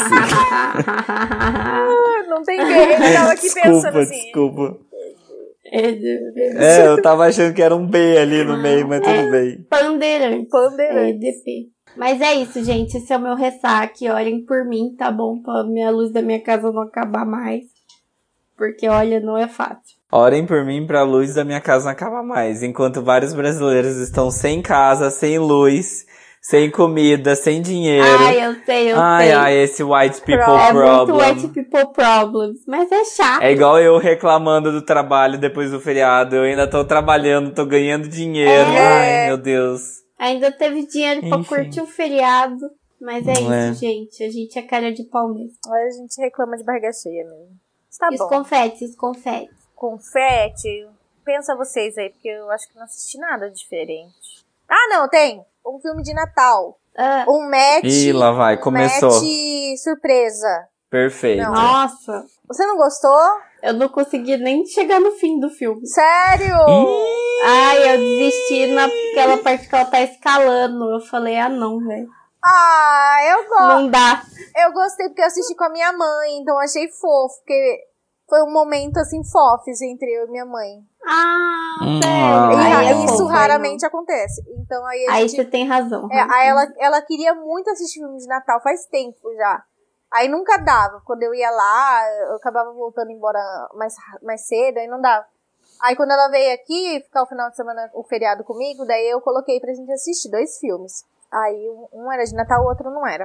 sigla. Não tem B, ele tava aqui pensando Desculpa, assim. desculpa. É D P. É, eu tava achando que era um B ali no meio, mas tudo bem. Bandeirantes. É Bandeirantes. E D P. Mas é isso, gente. Esse é o meu ressaque. Olhem por mim, tá bom? Pra minha luz da minha casa não acabar mais. Porque, olha, não é fácil. Orem por mim pra luz da minha casa não acabar mais. Enquanto vários brasileiros estão sem casa, sem luz, sem comida, sem dinheiro. Ai, eu sei, eu ai, sei. ai, esse white people É problem. muito white people problems. Mas é chato. É igual eu reclamando do trabalho depois do feriado. Eu ainda tô trabalhando, tô ganhando dinheiro. É. Ai, meu Deus. Ainda teve dinheiro pra Enfim. curtir o feriado. Mas é Não é. isso, gente. A gente é cara de pau mesmo. Aí a gente reclama de barriga cheia mesmo. Tá E os bom. confetes, os confetes. Confete, pensa vocês aí, porque eu acho que não assisti nada diferente. Ah, não, tem! Um filme de Natal. Ah, Um match. Ih, lá vai, um começou. match surpresa. Perfeito. Não. nossa, Você não gostou? eu não consegui nem chegar no fim do filme. Sério? Ih, Ai, eu desisti naquela parte que ela tá escalando. Eu falei, ah não, velho. Ah, eu gosto. Não dá. Eu gostei porque eu assisti com a minha mãe, então eu achei fofo, porque foi um momento assim fofos entre eu e minha mãe. Ah, Hum, sério. ah, E Ai, aí, é isso fofo, raramente acontece. Então aí a Aí gente você tem razão. É, aí ela, ela queria muito assistir filme de Natal faz tempo já. Aí nunca dava. Quando eu ia lá, eu acabava voltando embora mais, mais cedo, aí não dava. Aí quando ela veio aqui, ficar o final de semana, o feriado comigo, daí eu coloquei pra gente assistir dois filmes. Aí um, um era de Natal, o outro não era.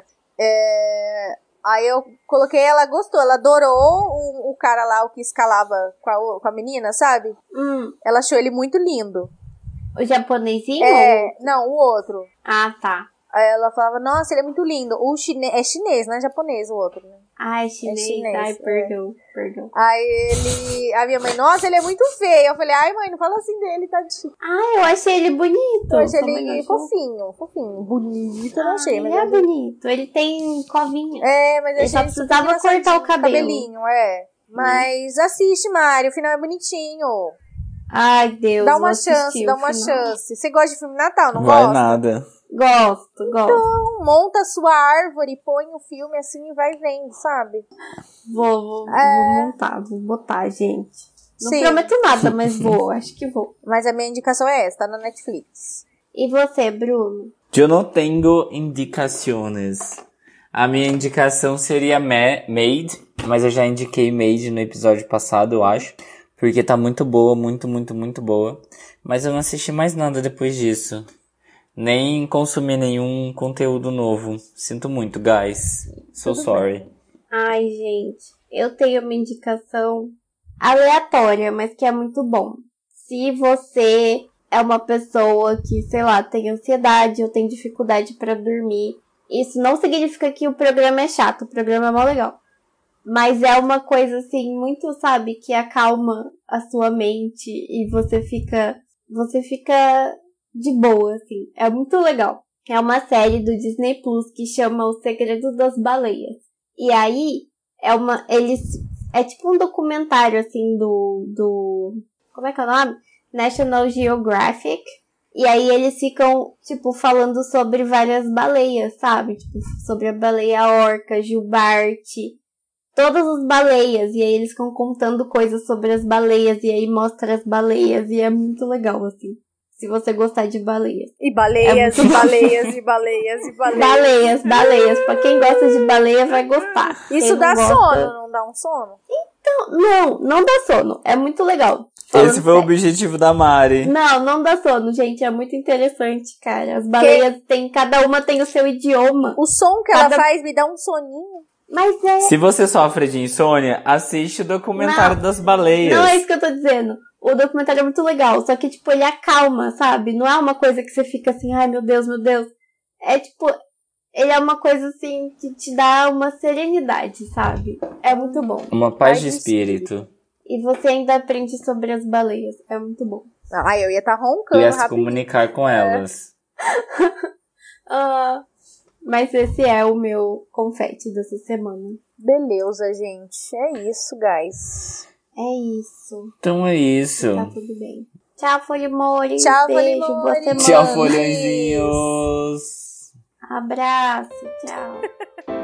É... Aí eu coloquei, ela gostou, ela adorou o, o cara lá, o que escalava com a, com a menina, sabe? Hum, Ela achou ele muito lindo. o japonesinho? É, não, o outro. Ah, tá. Aí ela falava, nossa, ele é muito lindo. O chine... É chinês, não é japonês o outro, né? Ai, chinês. É chinês, Ai, é. perdão, perdão. Aí ele... A minha mãe, nossa, ele é muito feio. Eu falei, ai mãe, não fala assim dele, tadinho. Ai, eu achei ele bonito. Eu achei Sua mãe ele achou? fofinho, fofinho. Bonito eu não Ah, achei, mas... ele é eu achei- bonito. Ele tem covinha. É, mas eu Ele achei só ele super precisava cortar o engraçadinho, cabelo. cabelinho, é. Mas assiste, Mari, o final é bonitinho. Ai, Deus. Dá vou uma assistir chance, dá o uma final. chance. Você gosta de filme de Natal, não vai gosta? nada. Gosto, gosto. Então, monta a sua árvore, põe o filme assim e vai vendo, sabe? Vou, vou, É. vou montar, vou botar, gente. Não Sim. prometo nada, mas vou, acho que vou. Mas a minha indicação é essa, tá na Netflix. E você, Bruno? Eu não tenho indicações. A minha indicação seria Ma- Made, mas eu já indiquei Made no episódio passado, eu acho. Porque tá muito boa, muito, muito, muito boa. Mas eu não assisti mais nada depois disso. Nem consumi nenhum conteúdo novo. Sinto muito, guys. So Tudo sorry. Ai, gente, eu tenho uma indicação aleatória, mas que é muito bom. Se você é uma pessoa que, sei lá, tem ansiedade ou tem dificuldade pra dormir, isso não significa que o programa é chato, o programa é mó legal. Mas é uma coisa, assim, muito, sabe, que acalma a sua mente e você fica, você fica de boa, assim. É muito legal. É uma série do Disney Plus que chama O Segredo das Baleias. E aí, é uma, eles, é tipo um documentário, assim, do, do, como é que é o nome? National Geographic. E aí eles ficam, tipo, falando sobre várias baleias, sabe? Tipo, sobre a baleia orca, jubarte, todas as baleias. E aí eles ficam contando coisas sobre as baleias. E aí mostra as baleias. E é muito legal, assim. Se você gostar de baleias. E baleias, É e baleias, e baleias, e baleias. Baleias, baleias. Pra quem gosta de baleia vai gostar. Isso Quem dá não gosta... sono, não dá um sono? Então, não, não dá sono. É muito legal. Esse foi o objetivo da Mari. Não, não dá sono, gente. É muito interessante, cara. As baleias têm, cada uma tem o seu idioma. O som que Cada... ela faz me dá um soninho. Mas é... Se você sofre de insônia, assiste o documentário não, das baleias. Não é isso que eu tô dizendo. O documentário é muito legal, só que, tipo, ele acalma, sabe? Não é uma coisa que você fica assim, ai, meu Deus, meu Deus. É, tipo, ele é uma coisa, assim, que te dá uma serenidade, sabe? É muito bom. Uma paz de espírito. E você ainda aprende sobre as baleias. É muito bom. Ah, eu ia estar tá roncando ia se rapidinho. comunicar com elas. ah, mas esse é o meu confete dessa semana. Beleza, gente. É isso, guys. É isso. Então é isso. Tá tudo bem. Tchau, Folimores. Tchau, Beijo, Folimores. boa semana. Tchau, folhõezinhos. Abraço, tchau.